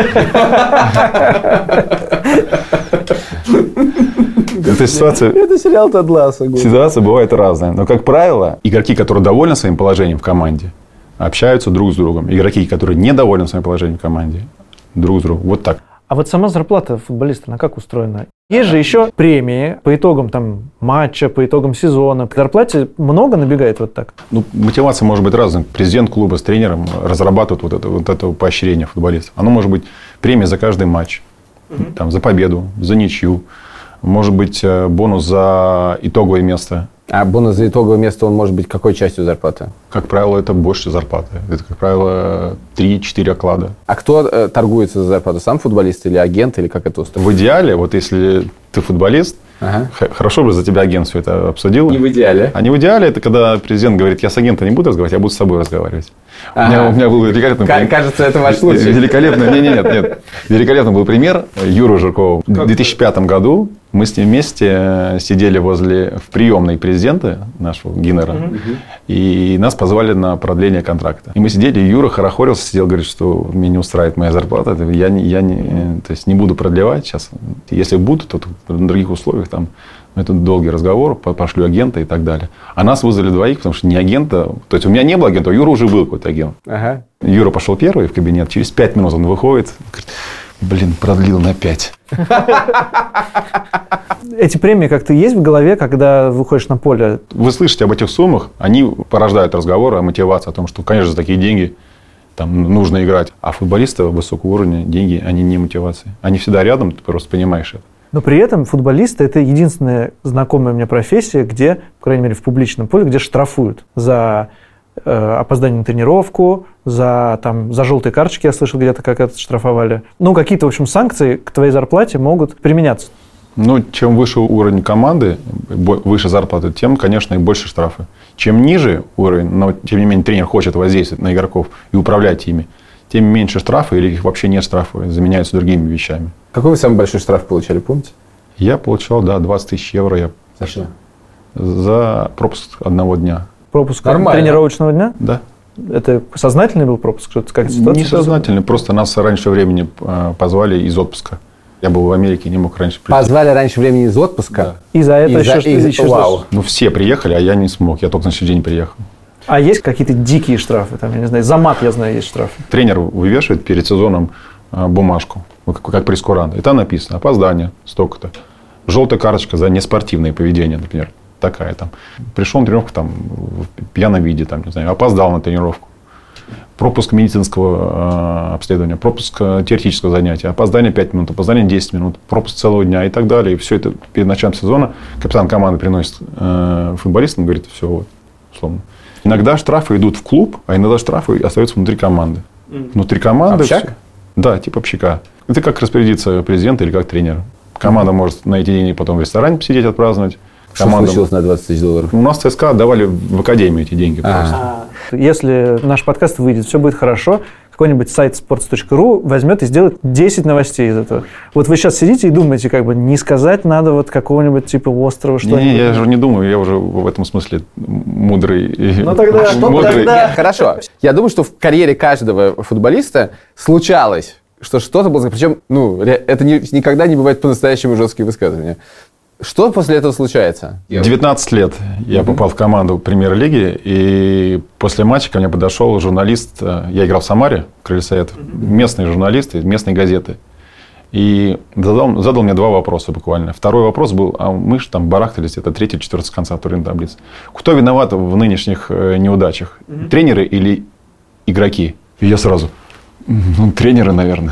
Это ситуация... Это сериал Тед Лассо. Ситуация бывает разная. Но, как правило, игроки, которые довольны своим положением в команде, общаются друг с другом. Игроки, которые недовольны своим положением в команде, друг с другом. Вот так. А вот сама зарплата футболиста, она как устроена? Есть же еще премии по итогам там, матча, по итогам сезона. К зарплате много набегает вот так? Ну, мотивация может быть разной. Президент клуба с тренером разрабатывают вот это, вот это поощрение футболистов. Оно может быть премия за каждый матч, угу. там, за победу, за ничью. Может быть бонус за итоговое место. А бонус за итоговое место, он может быть какой частью зарплаты? Как правило, это больше зарплаты. Это, как правило, три-четыре оклада. А кто э, торгуется за зарплату? Сам футболист или агент? Или как это устроено? В идеале, вот если ты футболист, ага. х- хорошо бы за тебя агент все это обсудил. Не в идеале. А не в идеале, это когда президент говорит, я с агентом не буду разговаривать, я буду с собой разговаривать. Ага. У, меня, у меня был великолепный пример. Кажется, это ваш случай. Великолепный, нет, нет, нет. Великолепный был пример Юры Жиркова. В две тысячи пятом году мы с ним вместе сидели возле, в приемной президента нашего Гиннера, угу. и нас позвали на продление контракта. И мы сидели, и Юра хорохорился, сидел, говорит, что меня не устраивает моя зарплата, я, не, я не, то есть не буду продлевать сейчас. Если буду, то на других условиях, там, это долгий разговор, пошлю агента и так далее. А нас вызвали двоих, потому что не агента, то есть у меня не было агента, а у Юры уже был какой-то агент. Ага. Юра пошел первый в кабинет, через пять минут он выходит, говорит, блин, продлил на пять. Эти премии как-то есть в голове, когда выходишь на поле? Вы слышите об этих суммах, они порождают разговоры о мотивации, о том, что, конечно, за такие деньги там, нужно играть. А футболисты высокого уровня, деньги, они не мотивация. Они всегда рядом, ты просто понимаешь это. Но при этом футболисты – это единственная знакомая мне профессия, где, по крайней мере, в публичном поле, где штрафуют за э, опоздание на тренировку, за, там, за желтые карточки, я слышал, где-то как-то штрафовали. Ну, какие-то, в общем, санкции к твоей зарплате могут применяться. Ну, чем выше уровень команды, выше зарплаты, тем, конечно, и больше штрафы. Чем ниже уровень, но, тем не менее, тренер хочет воздействовать на игроков и управлять ими, тем меньше штрафы или их вообще нет штрафы, заменяются другими вещами. Какой вы самый большой штраф получали, помните? Я получал, да, двадцать тысяч евро. Я... За что? За пропуск одного дня. Пропуск Нормально. Тренировочного дня? Да. Это сознательный был пропуск? Что-то как Несознательный, просто нас раньше времени позвали из отпуска. Я был в Америке, не мог раньше прийти. Позвали раньше времени из отпуска? Да. И за это еще что-то? Еще вау. Ну, все приехали, а я не смог. Я только на следующий день приехал. А есть какие-то дикие штрафы? Там, я не знаю, за мат, я знаю, есть штрафы. Тренер вывешивает перед сезоном бумажку, как прейскурант. И там написано опоздание, столько-то. Желтая карточка за неспортивное поведение, например. Такая там. Пришел на тренировку там, в пьяном виде, там, не знаю, опоздал на тренировку. Пропуск медицинского э, обследования, пропуск э, теоретического занятия, опоздание пять минут, опоздание десять минут, пропуск целого дня и так далее. И все это перед началом сезона капитан команды приносит э, футболистам, говорит, все, вот, условно. Иногда штрафы идут в клуб, а иногда штрафы остаются внутри команды. Внутри команды... Общак? Все, да, типа общака. Это как распорядиться президент или как тренер. Команда может на эти деньги потом в ресторане посидеть, отпраздновать. Что Команда... случилось на двадцать тысяч долларов? У нас ЦСКА отдавали в академию эти деньги. Просто. Если наш подкаст выйдет, все будет хорошо, какой-нибудь сайт спортс точка ру возьмет и сделает десять новостей из этого. Вот вы сейчас сидите и думаете, как бы не сказать надо вот какого-нибудь типа острова, что-нибудь. Не, я же не думаю, я уже в этом смысле мудрый. Ну тогда, что мудрый. тогда? Нет, хорошо. Я думаю, что в карьере каждого футболиста случалось, что что-то было... Причем, ну, это не, никогда не бывает по-настоящему жесткие высказывания. Что после этого случается? девятнадцать лет я попал в команду премьер-лиги, и после матча ко мне подошел журналист, я играл в Самаре, Крылья Советов, местный журналист из местной газеты. И задал, задал мне два вопроса буквально. Второй вопрос был, а мы же там барахтались, это третий, четвертый с конца турнирной таблицы. Кто виноват в нынешних неудачах? Mm-hmm. Тренеры или игроки? И я сразу, ну, тренеры, наверное.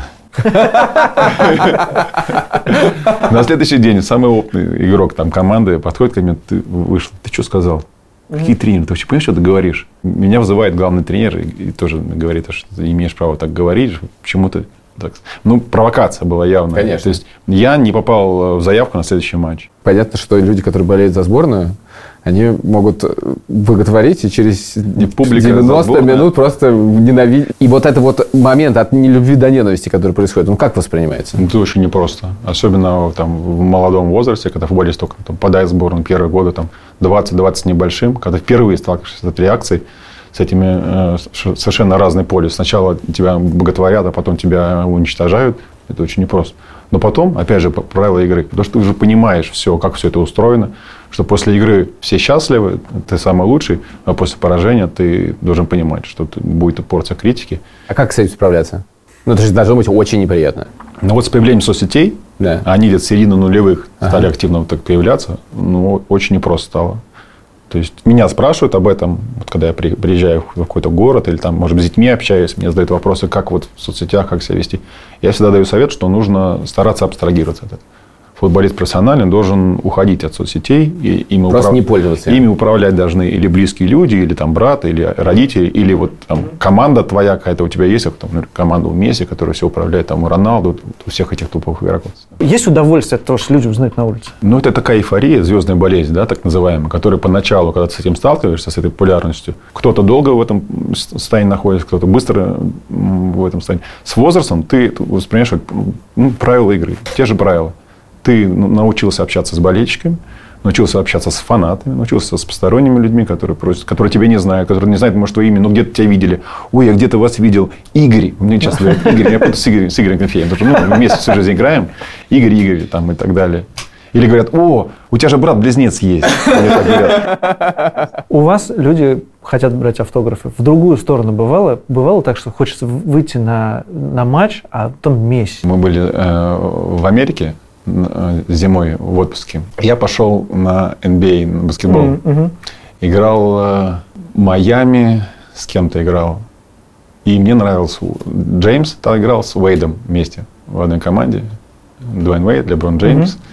На следующий день самый опытный игрок там команды подходит ко мне, ты вышел, ты что сказал? Какие тренеры? Ты вообще понимаешь, что ты говоришь? Меня вызывает главный тренер и тоже говорит, что ты имеешь право так говорить, почему ты так... Ну, провокация была явно. Конечно. То есть я не попал в заявку на следующий матч. Понятно, что люди, которые болеют за сборную, они могут боготворить и через и девяносто минут просто ненавидеть. И вот этот вот момент от нелюбви до ненависти, который происходит, он как воспринимается? Это очень непросто. Особенно там, в молодом возрасте, когда футболист только там, попадает в сборную первые годы, там, двадцать-двадцать небольшим, когда впервые сталкиваешься с этой реакцией, с этими э, совершенно разный полюс. Сначала тебя боготворят, а потом тебя уничтожают. Это очень непросто. Но потом, опять же, правила игры. Потому что ты уже понимаешь все, как все это устроено. Что после игры все счастливы, ты самый лучший, а после поражения ты должен понимать, что будет порция критики. А как с этим справляться? Ну, это же должно быть очень неприятно. Но вот с появлением соцсетей, да. Они где-то с середины нулевых ага. стали активно вот так появляться, ну, очень непросто стало. То есть меня спрашивают об этом, вот когда я приезжаю в какой-то город или там, может быть, с детьми общаюсь, мне задают вопросы, как вот в соцсетях, как себя вести. Я всегда даю совет, что нужно стараться абстрагироваться от этого. Футболист профессиональный должен уходить от соцсетей. И ими Просто управ... не пользоваться. Ими управлять должны или близкие люди, или там брат, или родители, или вот там команда твоя какая-то у тебя есть, как, там, например, команда у Месси, которая все управляет, там у Роналду, у всех этих топовых игроков. Есть удовольствие от того, что люди узнают на улице? Ну, это такая эйфория, звездная болезнь, да, так называемая, которая поначалу, когда ты с этим сталкиваешься, с этой популярностью, кто-то долго в этом состоянии находится, кто-то быстро в этом состоянии. С возрастом ты воспринимаешь как ну, правила игры, те же правила. Ты научился общаться с болельщиками, научился общаться с фанатами, научился с посторонними людьми, которые просят, которые тебя не знают, которые не знают, может, твое имя, но где-то тебя видели. Ой, я где-то вас видел. Игорь. Мне часто говорят, Игорь, я путаю с Игорем, с Игорем Конфеем. Потому что ну, мы вместе всю жизнь играем. Игорь, Игорь там, и так далее. Или говорят, о, у тебя же брат-близнец есть. Мне так говорят. У вас люди хотят брать автографы. В другую сторону бывало? Бывало так, что хочется выйти на, на матч, а там Месси. Мы были э, в Америке зимой в отпуске. Я пошел на эн би эй, на баскетбол. Mm-hmm. Играл в Майами, с кем-то играл. И мне нравился Джеймс, там играл с Уэйдом вместе в одной команде. Дуэйн Уэйд, Леброн Джеймс. Mm-hmm.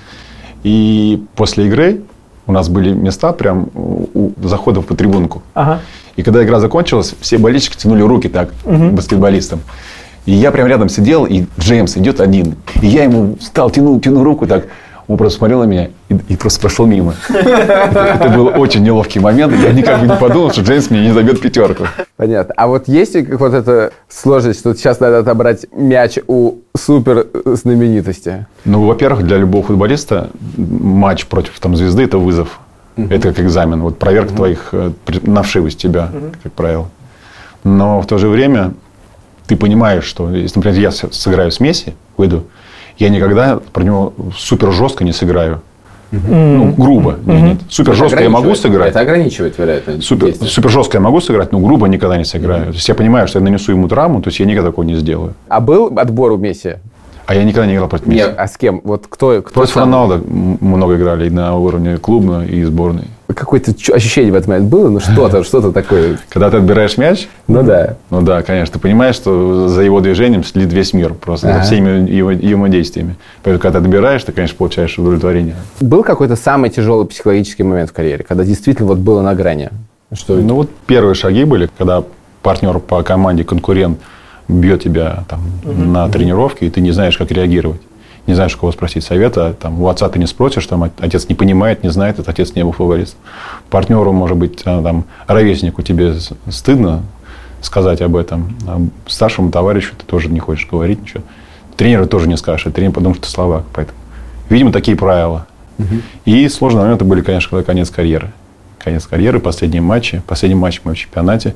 И после игры у нас были места прям у заходов по трибунку. Uh-huh. И когда игра закончилась, все болельщики тянули руки так uh-huh. баскетболистам. И я прям рядом сидел, и Джеймс идет один. И я ему стал, тянул, тянул руку так. Он просто смотрел на меня и, и просто прошел мимо. Это, это был очень неловкий момент. Я никак бы не подумал, что Джеймс мне не забьет пятерку. Понятно. А вот есть вот эта сложность, что сейчас надо отобрать мяч у супер знаменитости? Ну, во-первых, для любого футболиста матч против там, звезды – это вызов. Uh-huh. Это как экзамен. Вот проверка uh-huh. твоих, на вшивость тебя, uh-huh. как правило. Но в то же время ты понимаешь, что если, например, я сыграю с Месси, выйду, я никогда про него супер жестко не сыграю. Mm-hmm. Ну, грубо. Mm-hmm. Нет, нет. Супер жестко я могу сыграть. Это ограничивает, вероятно. Супер, супер жестко я могу сыграть, но грубо никогда не сыграю. Mm-hmm. То есть я понимаю, что я нанесу ему травму, то есть я никогда такого не сделаю. А был отбор у Месси? А я никогда не играл против Месси. Нет, а с кем? Вот кто, кто против Роналдо много играли и на уровне клубной и сборной. Какое-то ощущение в этот момент было? Ну, что-то, что-то такое. Когда ты отбираешь мяч? Ну, да. Ну, да, конечно. Ты понимаешь, что за его движением следит весь мир. Просто за всеми его, его действиями. Поэтому, когда ты отбираешь, ты, конечно, получаешь удовлетворение. Был какой-то самый тяжелый психологический момент в карьере, когда действительно вот было на грани? Что... Ну, вот первые шаги были, когда партнер по команде, конкурент бьет тебя там, mm-hmm. на тренировке, и ты не знаешь, как реагировать. Не знаешь, у кого спросить совета. Там, у отца ты не спросишь, там, отец не понимает, не знает, этот отец не был фаворитом. Партнеру, может быть, там, ровеснику тебе стыдно сказать об этом. А старшему товарищу ты тоже не хочешь говорить ничего. Тренеру тоже не скажешь, а тренер подумает, что ты словак. Поэтому, видимо, такие правила. Uh-huh. И сложные моменты были, конечно, когда конец карьеры. Конец карьеры, последние матчи. Последний матч мы в чемпионате.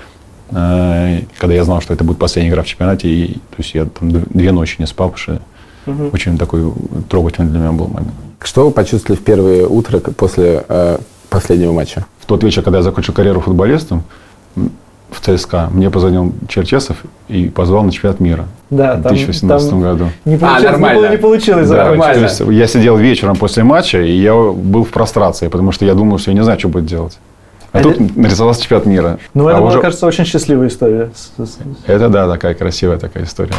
Когда я знал, что это будет последняя игра в чемпионате. И, то есть я там две ночи не спал, потому что Uh-huh. очень такой трогательный для меня был момент. Что вы почувствовали в первое утро после э, последнего матча? В тот вечер, когда я закончил карьеру футболистом, в ЦСКА, мне позвонил Черчесов и позвал на чемпионат мира да, в две тысячи восемнадцатом году. Не получилось, а, нормально. Не получилось. Да, нормально. То есть я сидел вечером после матча, и я был в прострации, потому что я думал, что я не знаю, что будет делать. А, а тут это... нарисовался чемпионат мира. Ну, это, а мне уже... кажется, очень счастливая история. Это, да, такая красивая такая история.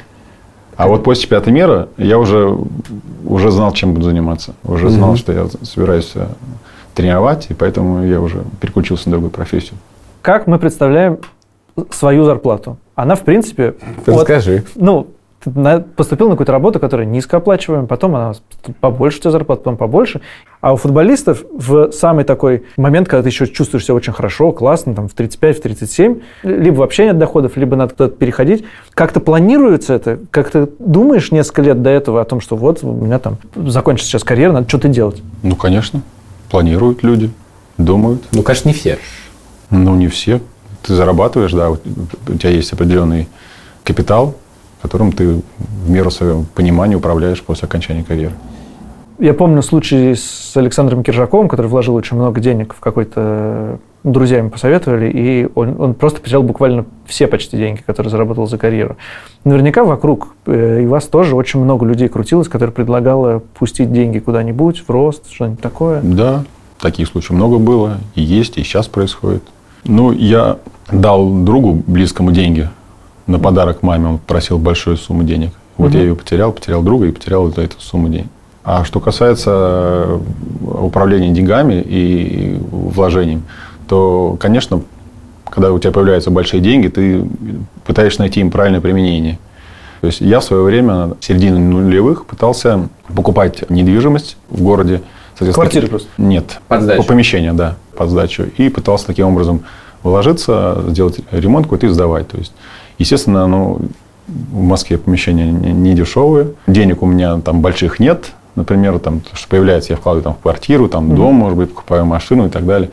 А вот после чемпионата мира я уже, уже знал, чем буду заниматься. Уже знал, mm-hmm. что я собираюсь тренировать, и поэтому я уже переключился на другую профессию. Как мы представляем свою зарплату? Она, в принципе... Расскажи. От, ну, ты поступил на какую-то работу, которая низкооплачиваемая, потом она побольше у тебя зарплата, потом побольше. А у футболистов в самый такой момент, когда ты еще чувствуешь себя очень хорошо, классно, там в тридцать пять, в тридцать семь, либо вообще нет доходов, либо надо куда-то переходить. Как-то планируется это? Как ты думаешь несколько лет до этого о том, что вот у меня там закончится сейчас карьера, надо что-то делать? Ну, конечно. Планируют люди, думают. Ну, конечно, не все. Ну, не все. Ты зарабатываешь, да, у тебя есть определенный капитал, которым ты в меру своего понимания управляешь после окончания карьеры. Я помню случай с Александром Киржаковым, который вложил очень много денег в какой-то... Друзья ему посоветовали, и он, он просто потерял буквально все почти деньги, которые заработал за карьеру. Наверняка вокруг и вас тоже очень много людей крутилось, которые предлагало пустить деньги куда-нибудь, в рост, что-нибудь такое. Да, таких случаев много было, и есть, и сейчас происходит. Ну, я дал другу близкому деньги на подарок маме, он просил большую сумму денег. Вот угу. я ее потерял, потерял друга и потерял эту, эту сумму денег. А что касается управления деньгами и вложением, то, конечно, когда у тебя появляются большие деньги, ты пытаешься найти им правильное применение. То есть я в свое время, в середине нулевых, пытался покупать недвижимость в городе. Квартиры просто? Нет. Под сдачу? По помещению, да, под сдачу. И пытался таким образом вложиться, сделать ремонт какой-то и сдавать. То есть, естественно, ну, в Москве помещения не дешевые. Денег у меня там больших нет. Например, там, что появляется, я вкладываю там, в квартиру, там, mm-hmm. дом, может быть, покупаю машину и так далее.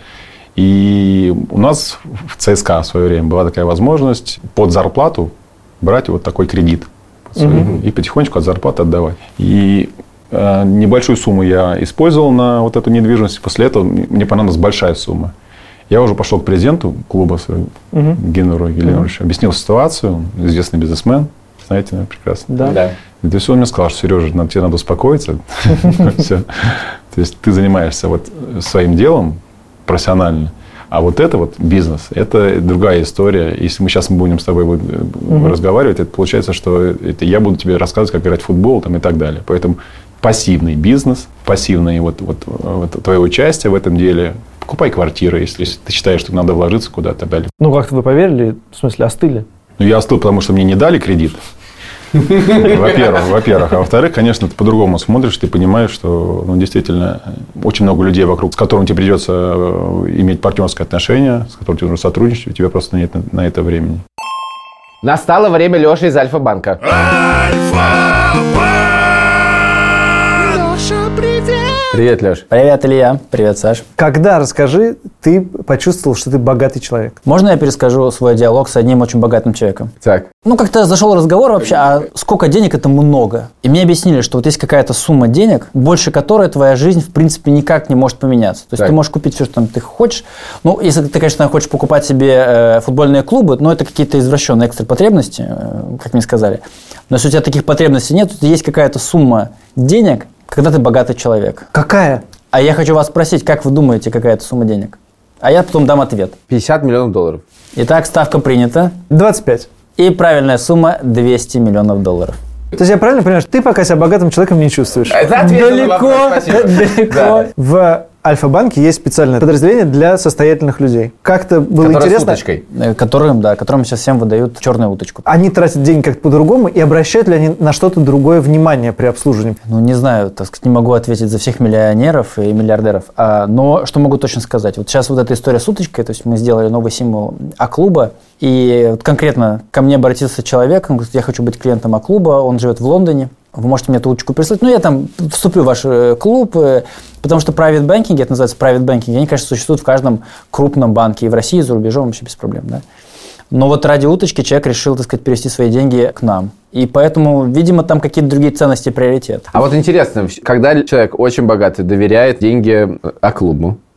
И у нас в ЦСКА в свое время была такая возможность под зарплату брать вот такой кредит. Mm-hmm. И потихонечку от зарплаты отдавать. И э, небольшую сумму я использовал на вот эту недвижимость. После этого мне понадобилась большая сумма. Я уже пошел к президенту клуба, mm-hmm. Генеру Геленовичу, mm-hmm. объяснил ситуацию. Он известный бизнесмен. Знаете, наверное, прекрасно. Да. Да. И то есть он мне сказал, что, Сережа, тебе надо успокоиться. То есть ты занимаешься вот своим делом профессионально, а вот это вот бизнес, это другая история. Если мы сейчас будем с тобой разговаривать, это получается, что это я буду тебе рассказывать, как играть в футбол там, и так далее. Поэтому пассивный бизнес, пассивное вот, вот, вот, твое участие в этом деле. Покупай квартиру, если, если ты считаешь, что надо вложиться куда-то. Далее. Ну, как-то вы поверили, в смысле, остыли? Ну, я остыл, потому что мне не дали кредит. Во-первых, во-первых. А во-вторых, конечно, ты по-другому смотришь, ты понимаешь, что ну, действительно очень много людей вокруг, с которыми тебе придется иметь партнерское отношение, с которыми тебе нужно сотрудничать, у тебя просто нет на это времени. Настало время Леши из Альфа-банка. Альфа-банк! Леша, привет! Привет, Леш. Привет, Илья. Привет, Саш. Когда, расскажи, ты почувствовал, что ты богатый человек? Можно я перескажу свой диалог с одним очень богатым человеком? Так. Ну, как-то зашел разговор вообще, а сколько денег это много? И мне объяснили, что вот есть какая-то сумма денег, больше которой твоя жизнь, в принципе, никак не может поменяться. То есть, так. ты можешь купить все, что там ты хочешь. Ну, если ты, конечно, хочешь покупать себе э, футбольные клубы, но это какие-то извращенные экстра потребности, э, как мне сказали. Но если у тебя таких потребностей нет, то есть какая-то сумма денег, когда ты богатый человек. Какая? А я хочу вас спросить, как вы думаете, какая это сумма денег? А я потом дам ответ. пятьдесят миллионов долларов. Итак, ставка принята. двадцать пять. И правильная сумма двести миллионов долларов. То есть я правильно понимаю, что ты пока себя богатым человеком не чувствуешь? Это далеко, далеко. Да. В Альфа-банке есть специальное подразделение для состоятельных людей. Как-то было Которая интересно... с уточкой. Которым, да, которым сейчас всем выдают черную уточку. Они тратят деньги как-то по-другому, и обращают ли они на что-то другое внимание при обслуживании? Ну, не знаю, так сказать, не могу ответить за всех миллионеров и миллиардеров. А, но что могу точно сказать? Вот сейчас вот эта история с уточкой, то есть мы сделали новый символ А-клуба, и вот конкретно ко мне обратился человек, он говорит, я хочу быть клиентом А-клуба, он живет в Лондоне. Вы можете мне эту уточку прислать. Ну, я там вступлю в ваш клуб, потому что private banking, это называется private banking, они, конечно, существуют в каждом крупном банке, и в России, и за рубежом, вообще без проблем, да. Но вот ради уточки человек решил, так сказать, перевести свои деньги к нам. И поэтому, видимо, там какие-то другие ценности и приоритеты. А вот интересно, когда человек очень богатый доверяет деньги А-клубу,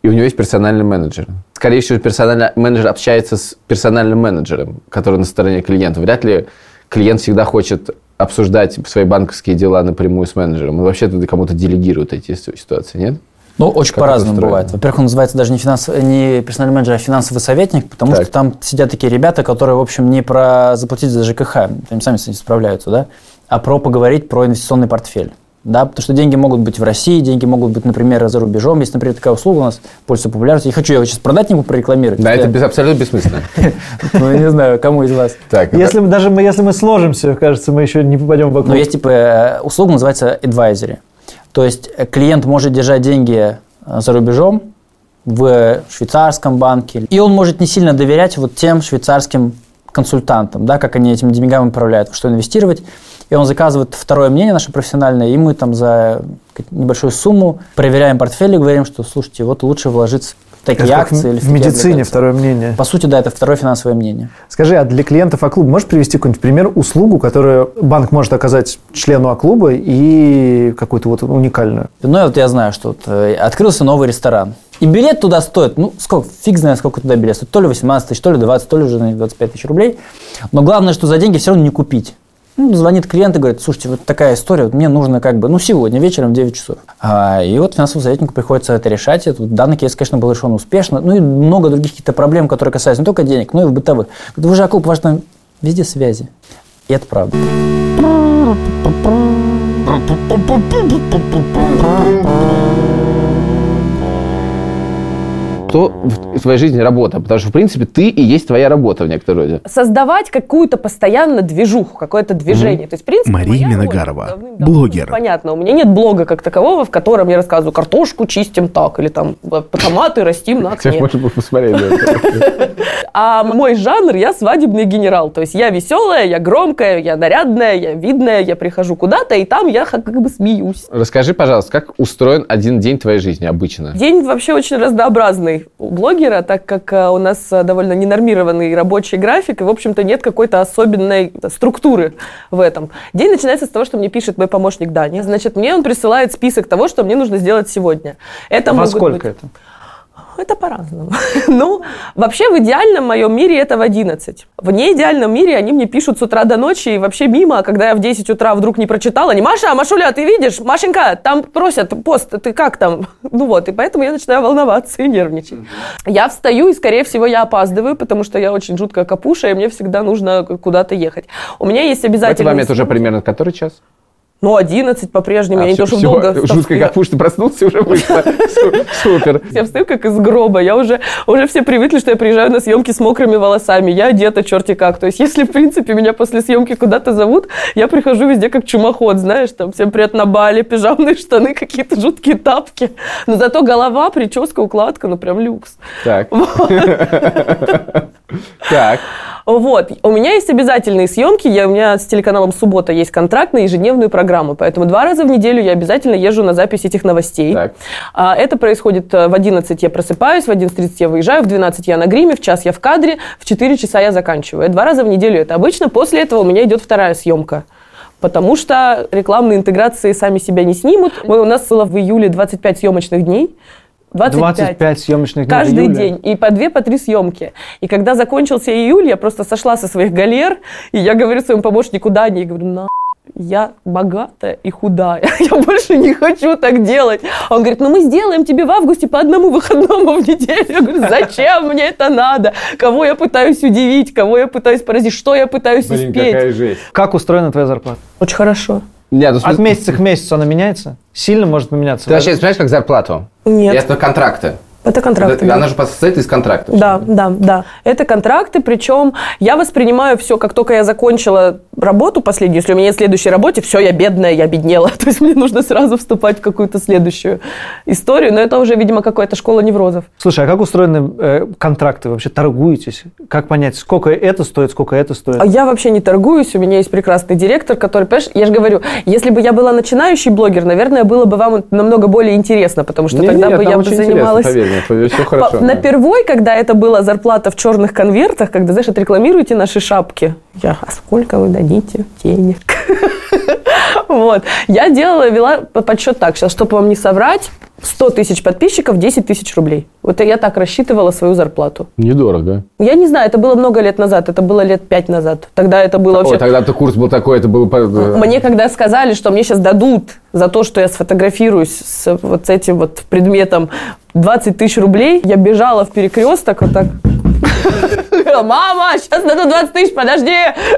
и у него есть персональный менеджер. Скорее всего, персональный менеджер общается с персональным менеджером, который на стороне клиента. Вряд ли клиент всегда хочет обсуждать свои банковские дела напрямую с менеджером. И вообще это кому-то делегируют эти ситуации, нет? Ну, очень как по-разному бывает. Во-первых, он называется даже не, финанс... не персональный менеджер, а финансовый советник, потому так. что там сидят такие ребята, которые, в общем, не про заплатить за ЖКХ, они сами с этим справляются, да, а про поговорить про инвестиционный портфель. Да, потому что деньги могут быть в России, деньги могут быть, например, за рубежом. Есть, например, такая услуга у нас, пользуется популярностью. Не хочу я его сейчас продать, не прорекламировать. Да, это без, абсолютно бессмысленно. Ну, не знаю, кому из вас. Если мы даже если мы сложимся, кажется, мы еще не попадем в окно. Но есть, типа, услуга, называется advisory. То есть клиент может держать деньги за рубежом, в швейцарском банке, и он может не сильно доверять вот тем швейцарским консультантам, да, как они этими деньгами управляют, в что инвестировать. И он заказывает второе мнение наше профессиональное, и мы там за небольшую сумму проверяем портфель и говорим, что, слушайте, вот лучше вложиться в такие это акции. Или в, в медицине второе мнение. По сути, да, это второе финансовое мнение. Скажи, а для клиентов А-клуба можешь привести какой-нибудь пример, услугу, которую банк может оказать члену А-клуба и какую-то вот уникальную? Ну, вот я знаю, что вот, э, открылся новый ресторан. И билет туда стоит, ну, сколько, фиг знает, сколько туда билет стоит. То ли восемнадцать тысяч, то ли двадцать, то ли уже двадцать пять тысяч рублей. Но главное, что за деньги все равно не купить. Ну, звонит клиент и говорит, слушайте, вот такая история, вот мне нужно как бы, ну, сегодня вечером в девять часов. А, и вот финансовому советнику приходится это решать. И вот данный кейс, конечно, был решен успешно. Ну, и много других каких-то проблем, которые касаются не только денег, но и в бытовых. Вы же А-клуб, у вас там везде связи. И это правда. Что в твоей жизни работа? Потому что, в принципе, ты и есть твоя работа в некотором роде. Создавать какую-то постоянно движуху, какое-то движение. Mm-hmm. То есть, в принципе, Мария Миногарова, блогер. Понятно, у меня нет блога как такового, в котором я рассказываю, картошку чистим так, или там томаты растим на окне. Можно посмотреть. А мой жанр, я свадебный генерал. То есть, я веселая, я громкая, я нарядная, я видная, я прихожу куда-то, и там я как бы смеюсь. Расскажи, пожалуйста, как устроен один день твоей жизни обычно? День вообще очень разнообразный у блогера, так как у нас довольно ненормированный рабочий график, и, в общем-то, нет какой-то особенной структуры в этом. День начинается с того, что мне пишет мой помощник Даня. Значит, мне он присылает список того, что мне нужно сделать сегодня. Это во сколько быть... это? Это по-разному. Ну, вообще в идеальном моем мире это в одиннадцать. В неидеальном мире они мне пишут с утра до ночи и вообще мимо, а когда я в десять утра вдруг не прочитала, они: Маша, Машуля, ты видишь? Машенька, там просят пост, ты как там? Ну вот, и поэтому я начинаю волноваться и нервничать. Я встаю, и, скорее всего, я опаздываю, потому что я очень жуткая капуша, и мне всегда нужно куда-то ехать. У меня есть обязательно... В этот момент уже примерно который час? Ну, одиннадцать по-прежнему, а, я все, не то, что все, долго... Жутко капуш, ты проснулся, уже вышло. Супер. Я встаю как из гроба, я уже, уже все привыкли, что я приезжаю на съемки с мокрыми волосами, я одета черти как. То есть, если, в принципе, меня после съемки куда-то зовут, я прихожу везде как чумоход, знаешь, там, всем привет на Бали, пижамные штаны, какие-то жуткие тапки. Но зато голова, прическа, укладка, ну, прям люкс. Так. Так. Вот. У меня есть обязательные съемки. Я, у меня с телеканалом «Суббота» есть контракт на ежедневную программу. Поэтому два раза в неделю я обязательно езжу на запись этих новостей. Так. Это происходит в одиннадцать я просыпаюсь, в одиннадцать тридцать я выезжаю, в двенадцать я на гриме, в час я в кадре, в четыре часа я заканчиваю. Два раза в неделю это обычно. После этого у меня идет вторая съемка. Потому что рекламные интеграции сами себя не снимут. Мы, у нас было в июле двадцать пять съемочных дней. двадцать пять, двадцать пять съемочных дней каждый день. И по две, по три съемки. И когда закончился июль, я просто сошла со своих галер, и я говорю своему помощнику Дане, и говорю: на, я богатая и худая, я больше не хочу так делать. Он говорит: ну мы сделаем тебе в августе по одному выходному в неделю. Я говорю: зачем мне это надо? Кого я пытаюсь удивить, кого я пытаюсь поразить, что я пытаюсь Блин, успеть. Какая жесть. Как устроена твоя зарплата? Очень хорошо. Нет, ну, От месяца к месяцу она меняется? Сильно может поменяться? Ты вообще понимаешь, как зарплату? Нет. Это контракты. Это контракты. Это, да. Она же состоит из контрактов. Да, да, да. Это контракты, причем я воспринимаю все, как только я закончила работу последнюю, если у меня нет следующей работы, все, я бедная, я беднела. То есть мне нужно сразу вступать в какую-то следующую историю, но это уже, видимо, какая-то школа неврозов. Слушай, а как устроены э, контракты? Вообще торгуетесь? Как понять, сколько это стоит, сколько это стоит? А я вообще не торгуюсь, у меня есть прекрасный директор, который, понимаешь, я же говорю, если бы я была начинающий блогер, наверное, было бы вам намного более интересно, потому что не, тогда нет, бы я бы занималась... Поверь, все хорошо. На первой, когда это была зарплата в черных конвертах, когда, знаешь, отрекламируете наши шапки. Я: а сколько вы дадите денег? Вот. Я делала, вела подсчет так, сейчас, чтобы вам не соврать, сто тысяч подписчиков, десять тысяч рублей. Вот я так рассчитывала свою зарплату. Недорого. Я не знаю, это было много лет назад, это было лет пять назад. Тогда это было вообще... Ой, тогда-то курс был такой, это было... Мне когда сказали, что мне сейчас дадут за то, что я сфотографируюсь с вот этим вот предметом двадцать тысяч рублей, я бежала в перекресток вот так... Мама, сейчас дадут двадцать тысяч, подожди!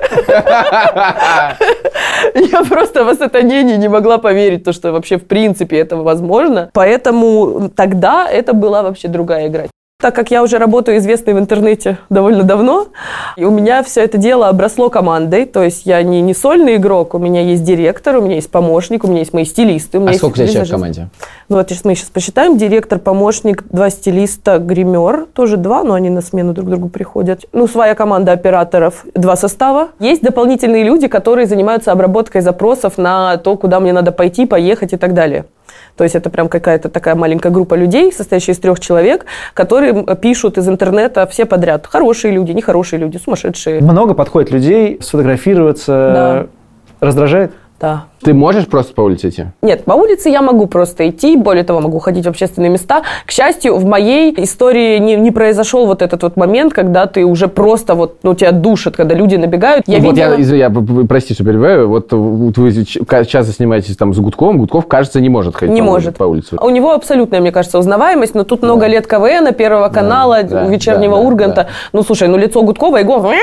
Я просто в осатанении не могла поверить, то, что вообще в принципе это возможно. Поэтому тогда это была вообще другая игра. Так как я уже работаю известной в интернете довольно давно, и у меня все это дело обросло командой, то есть я не, не сольный игрок, у меня есть директор, у меня есть помощник, у меня есть мои стилисты. У меня а есть сколько у тебя человек в команде? Ну вот мы сейчас посчитаем. Директор, помощник, два стилиста, гример, тоже два, но они на смену друг другу приходят. Ну, своя команда операторов, два состава. Есть дополнительные люди, которые занимаются обработкой запросов на то, куда мне надо пойти, поехать и так далее. То есть это прям какая-то такая маленькая группа людей, состоящая из трех человек, которые пишут из интернета все подряд. Хорошие люди, нехорошие люди, сумасшедшие. Много подходит людей сфотографироваться. Да. Раздражает? Да. Ты можешь просто по улице идти? Нет, по улице я могу просто идти, более того, могу ходить в общественные места. К счастью, в моей истории не, не произошел вот этот вот момент, когда ты уже просто вот, ну, тебя душат, когда люди набегают. Я вот видела... я, я, прости, что перебиваю, вот вы часто снимаетесь там с Гудковым, Гудков, кажется, не может ходить не по, может. по улице. У него абсолютная, мне кажется, узнаваемость, но тут да. много лет КВНа, Первого да, канала, да, вечернего да, Урганта. Да, да. Ну, слушай, ну, лицо Гудкова и голос,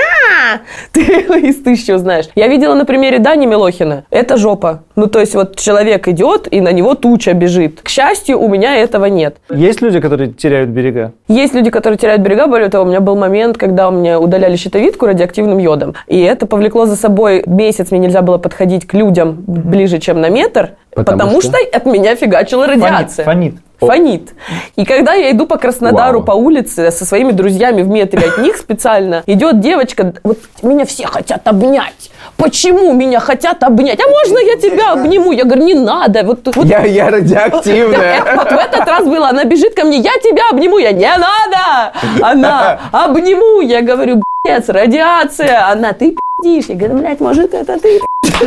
ты из тысячи узнаешь. Я видела на примере Дани Милохина. Это жопа. Ну, то есть вот человек идет, и на него туча бежит. К счастью, у меня этого нет. Есть люди, которые теряют берега? Есть люди, которые теряют берега. Более того, у меня был момент, когда у меня удаляли щитовидку радиоактивным йодом. И это повлекло за собой месяц. Мне нельзя было подходить к людям ближе, чем на метр, потому, потому что? что от меня фигачила радиация. Фонит. Фонит. Фонит. И когда я иду по Краснодару Вау. по улице со своими друзьями в метре от них специально, идет девочка, вот меня все хотят обнять. Почему меня хотят обнять? А можно я тебя обниму? Я говорю, не надо. Вот, вот, я, я радиоактивная. Вот, вот в этот раз было, она бежит ко мне, я тебя обниму. Я, не надо. Она, обниму. Я говорю, блядь, радиация. Она, ты пиздишь. Я говорю, блядь, может, это ты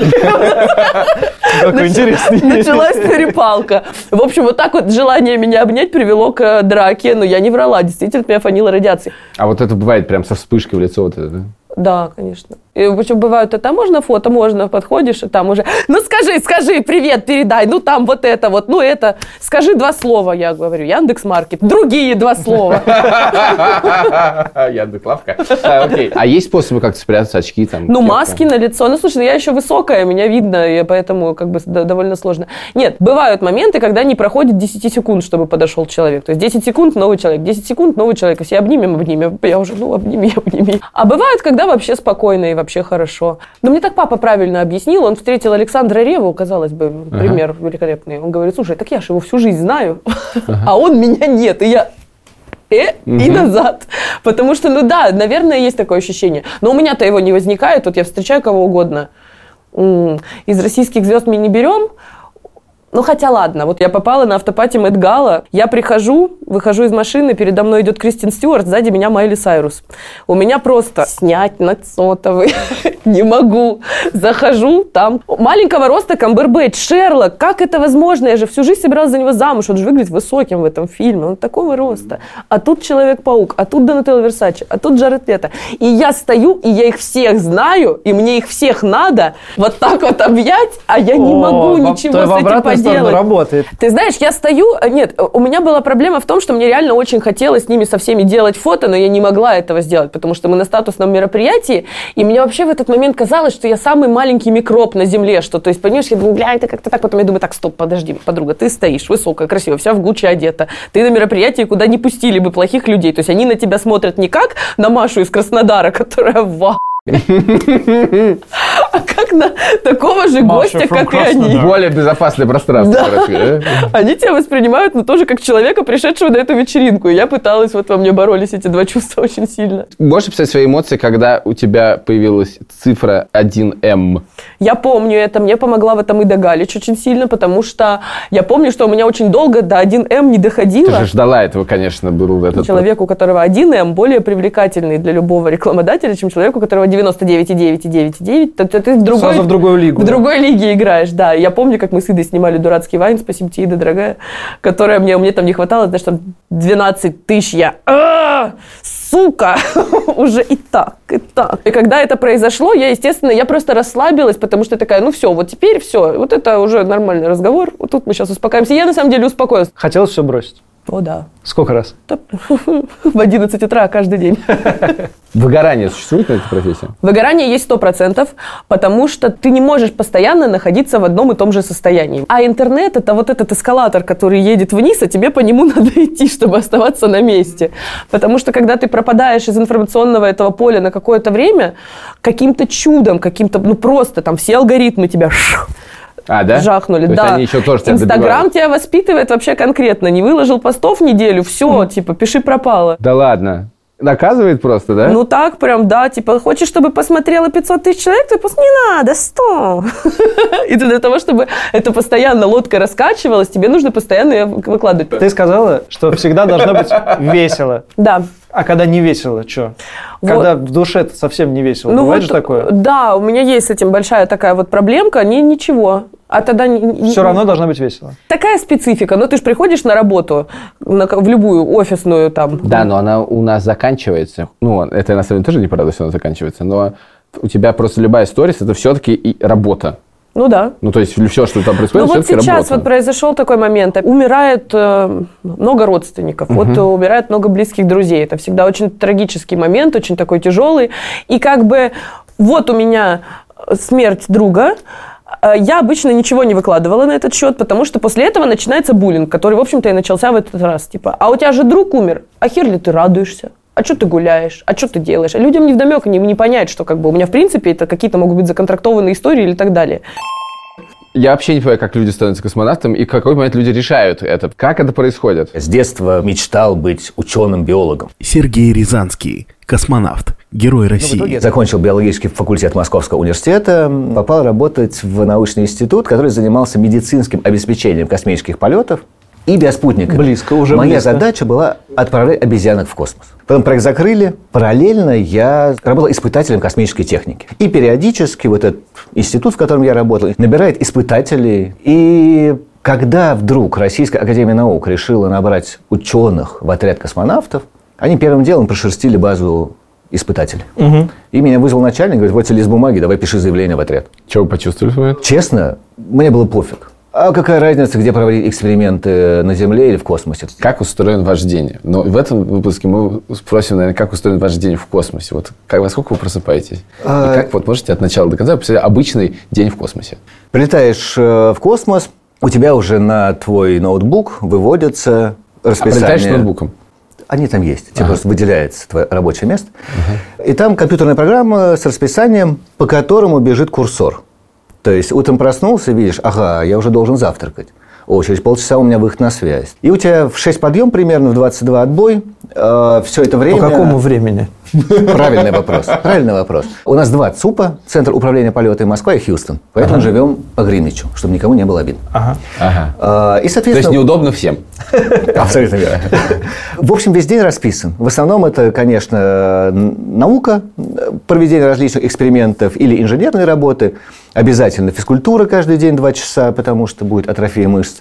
Какой интересный. Началась перепалка. В общем, вот так вот желание меня обнять привело к драке. Но я не врала, действительно, меня фонила радиацией. А вот это бывает прям со вспышкой в лицо вот это, да? Да, конечно. И причем бывают, это можно фото, можно, подходишь, и там уже, ну скажи, скажи, привет, передай, ну там вот это вот, ну это, скажи два слова, я говорю, Яндекс.Маркет, другие два слова. Яндекс.Лавка. А есть способы как-то спрятаться, очки там? Ну, маски на лицо. Ну, слушай, я еще высокая, меня видно, и поэтому как бы довольно сложно. Нет, бывают моменты, когда не проходит десять секунд, чтобы подошел человек. То есть десять секунд, новый человек, десять секунд, новый человек. Если обнимем, обнимем, я уже, ну, обними, обними. А бывает, когда вообще спокойно и вообще хорошо. Но мне так папа правильно объяснил. Он встретил Александра Реву, казалось бы, пример ага. великолепный. Он говорит, слушай, так я же его всю жизнь знаю, ага. а он меня нет. И я... Э, угу. и назад. Потому что, ну да, наверное, есть такое ощущение. Но у меня-то его не возникает. Вот я встречаю кого угодно. Из российских звезд мы не берем. Ну, хотя ладно, вот я попала на автопати Мэтт Гала, я прихожу, выхожу из машины, передо мной идет Кристин Стюарт, сзади меня Майли Сайрус. У меня просто снять на сотовый не могу. Захожу, там маленького роста Камбербэтч, Шерлок, как это возможно? Я же всю жизнь собиралась за него замуж, он же выглядит высоким в этом фильме, он такого роста. А тут Человек-паук, а тут Донателло Версаче, а тут Джаред Лето. И я стою, и я их всех знаю, и мне их всех надо вот так вот объять, а я не могу ничего с этим поделать. Работает. Ты знаешь, я стою... Нет, у меня была проблема в том, что мне реально очень хотелось с ними со всеми делать фото, но я не могла этого сделать, потому что мы на статусном мероприятии, и мне вообще в этот момент казалось, что я самый маленький микроб на земле, что, то есть, понимаешь, я думаю, бля, это как-то так, потом я думаю, так, стоп, подожди, подруга, ты стоишь, высокая, красивая, вся в Гуччи одета, ты на мероприятии, куда не пустили бы плохих людей, то есть, они на тебя смотрят не как на Машу из Краснодара, которая вау, а как на такого же Маша гостя, как и они. Более безопасное пространство. Да. Короче, они тебя воспринимают, ну, тоже как человека, пришедшего на эту вечеринку. И я пыталась, вот во мне боролись эти два чувства очень сильно. Можешь описать свои эмоции, когда у тебя появилась цифра один эм? Я помню это. Мне помогла в этом Ида Галич очень сильно, потому что я помню, что у меня очень долго до один эм не доходило. Ты же ждала этого, конечно, был этот... Человек, у которого один эм, более привлекательный для любого рекламодателя, чем человек, у которого девяносто девять и девять и девять и девять. То, то ты в другом сразу в другую лигу. В другой лиге играешь, да. Я помню, как мы с Идой снимали дурацкий вайн, спасибо тебе, Ида, дорогая, которая мне, мне там не хватало, знаешь, там двенадцать тысяч, я, а, сука, уже и так, и так. И когда это произошло, я, естественно, я просто расслабилась, потому что такая, ну все, вот теперь все, вот это уже нормальный разговор, вот тут мы сейчас успокаиваемся. Я на самом деле успокоилась. Хотелось все бросить? О, да. Сколько раз? В одиннадцать утра каждый день. Выгорание существует на этой профессии? Выгорание есть сто процентов, потому что ты не можешь постоянно находиться в одном и том же состоянии. А интернет – это вот этот эскалатор, который едет вниз, а тебе по нему надо идти, чтобы оставаться на месте. Потому что когда ты пропадаешь из информационного этого поля на какое-то время, каким-то чудом, каким-то, ну просто там все алгоритмы тебя... А, да? Жахнули, То да. Есть они еще тоже тебя Инстаграм добивают. тебя воспитывает вообще конкретно. Не выложил постов неделю, все, mm. типа, пиши пропало. Да ладно. Наказывает просто, да? Ну так прям, да, типа, хочешь, чтобы посмотрело пятьсот тысяч человек, то пусть не надо, сто. И для того, чтобы это постоянно лодка раскачивалась, тебе нужно постоянно ее выкладывать. Ты сказала, что всегда должно быть весело. Да. А когда не весело, что? Когда в душе это совсем не весело, ну бывает вот, же такое? Да, у меня есть с этим большая такая вот проблемка, не, ничего. А тогда... Все равно должно быть весело. Такая специфика. Ну, ты же приходишь на работу, на, в любую офисную там. Да, но она у нас заканчивается. Ну, это на самом деле тоже не правда, что она заканчивается, но у тебя просто любая сторис, это все-таки и работа. Ну да. Ну, то есть все, что там происходит, ну, вот все-таки сейчас работа. вот произошел такой момент. Умирает э, много родственников, угу. вот умирает много близких друзей. Это всегда очень трагический момент, очень такой тяжелый. И как бы вот у меня смерть друга. Я обычно ничего не выкладывала на этот счет, потому что после этого начинается буллинг, который, в общем-то, и начался в этот раз. Типа, а у тебя же друг умер, а хер ли ты радуешься? А что ты гуляешь? А что ты делаешь? А людям невдомек, они не понять, что как бы у меня, в принципе, это какие-то могут быть законтрактованные истории или так далее. Я вообще не понимаю, как люди становятся космонавтами и в какой момент люди решают это. Как это происходит? С детства мечтал быть ученым-биологом. Сергей Рязанский, космонавт, герой России. Ну, в итоге закончил биологический факультет Московского университета, попал работать в научный институт, который занимался медицинским обеспечением космических полетов и биоспутниками. Близко, уже Моя близко. задача была отправлять обезьянок в космос. Потом проект закрыли. Параллельно я работал испытателем космической техники. И периодически вот этот институт, в котором я работал, набирает испытателей. И когда вдруг Российская академия наук решила набрать ученых в отряд космонавтов, они первым делом прошерстили базу испытателей. Угу. И меня вызвал начальник, говорит, вот тебе лист бумаги, давай пиши заявление в отряд. Что вы почувствовали? Честно, мне было пофиг. А какая разница, где проводить эксперименты, на Земле или в космосе? Как устроен ваш день? Но в этом выпуске мы спросим, наверное, как устроен ваш день в космосе. Вот как, во сколько вы просыпаетесь? А... И как вот можете от начала до конца описать обычный день в космосе? Прилетаешь в космос, у тебя уже на твой ноутбук выводится расписание. А прилетаешь с ноутбуком? Они там есть. Тебе ага. просто выделяется твое рабочее место. Ага. И там компьютерная программа с расписанием, по которому бежит курсор. То есть утром проснулся, видишь, ага, я уже должен завтракать. О, через полчаса у меня выход на связь. И у тебя в шесть подъем примерно, в двадцать два отбой. Э, все это время... По какому времени? Правильный вопрос. Правильный вопрос. У нас два ЦУПа, Центр управления полетами Москва и Хьюстон. Поэтому ага. живем по Гринвичу, чтобы никому не было обидно. Ага. Ага. Э, и, соответственно... То есть неудобно всем? Абсолютно верно. В общем, весь день расписан. В основном это, конечно, наука, проведение различных экспериментов или инженерные работы. Обязательно физкультура каждый день два часа, потому что будет атрофия мышц.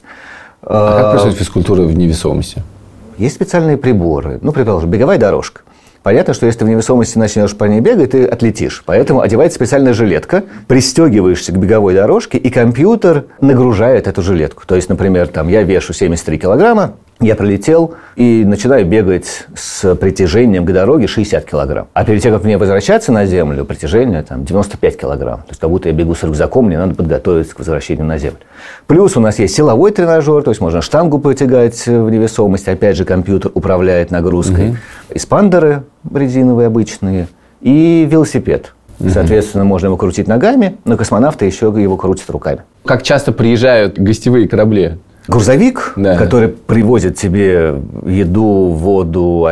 А как происходит физкультура в невесомости? Есть специальные приборы. Ну, предположим, беговая дорожка. Понятно, что если ты в невесомости начнешь по ней бегать, ты отлетишь. Поэтому одевается специальная жилетка, пристегиваешься к беговой дорожке, и компьютер нагружает эту жилетку. То есть, например, там, я вешу семьдесят три килограмма, я пролетел и начинаю бегать с притяжением к дороге шестьдесят килограмм. А перед тем, как мне возвращаться на Землю, притяжение там, девяносто пять килограмм. То есть, как будто я бегу с рюкзаком, мне надо подготовиться к возвращению на Землю. Плюс у нас есть силовой тренажер, то есть можно штангу потягать в невесомости. Опять же, компьютер управляет нагрузкой. Угу. Эспандеры резиновые обычные и велосипед. Угу. Соответственно, можно его крутить ногами, но космонавты еще его крутят руками. Как часто приезжают гостевые корабли? Грузовик, да. который привозит тебе еду, воду,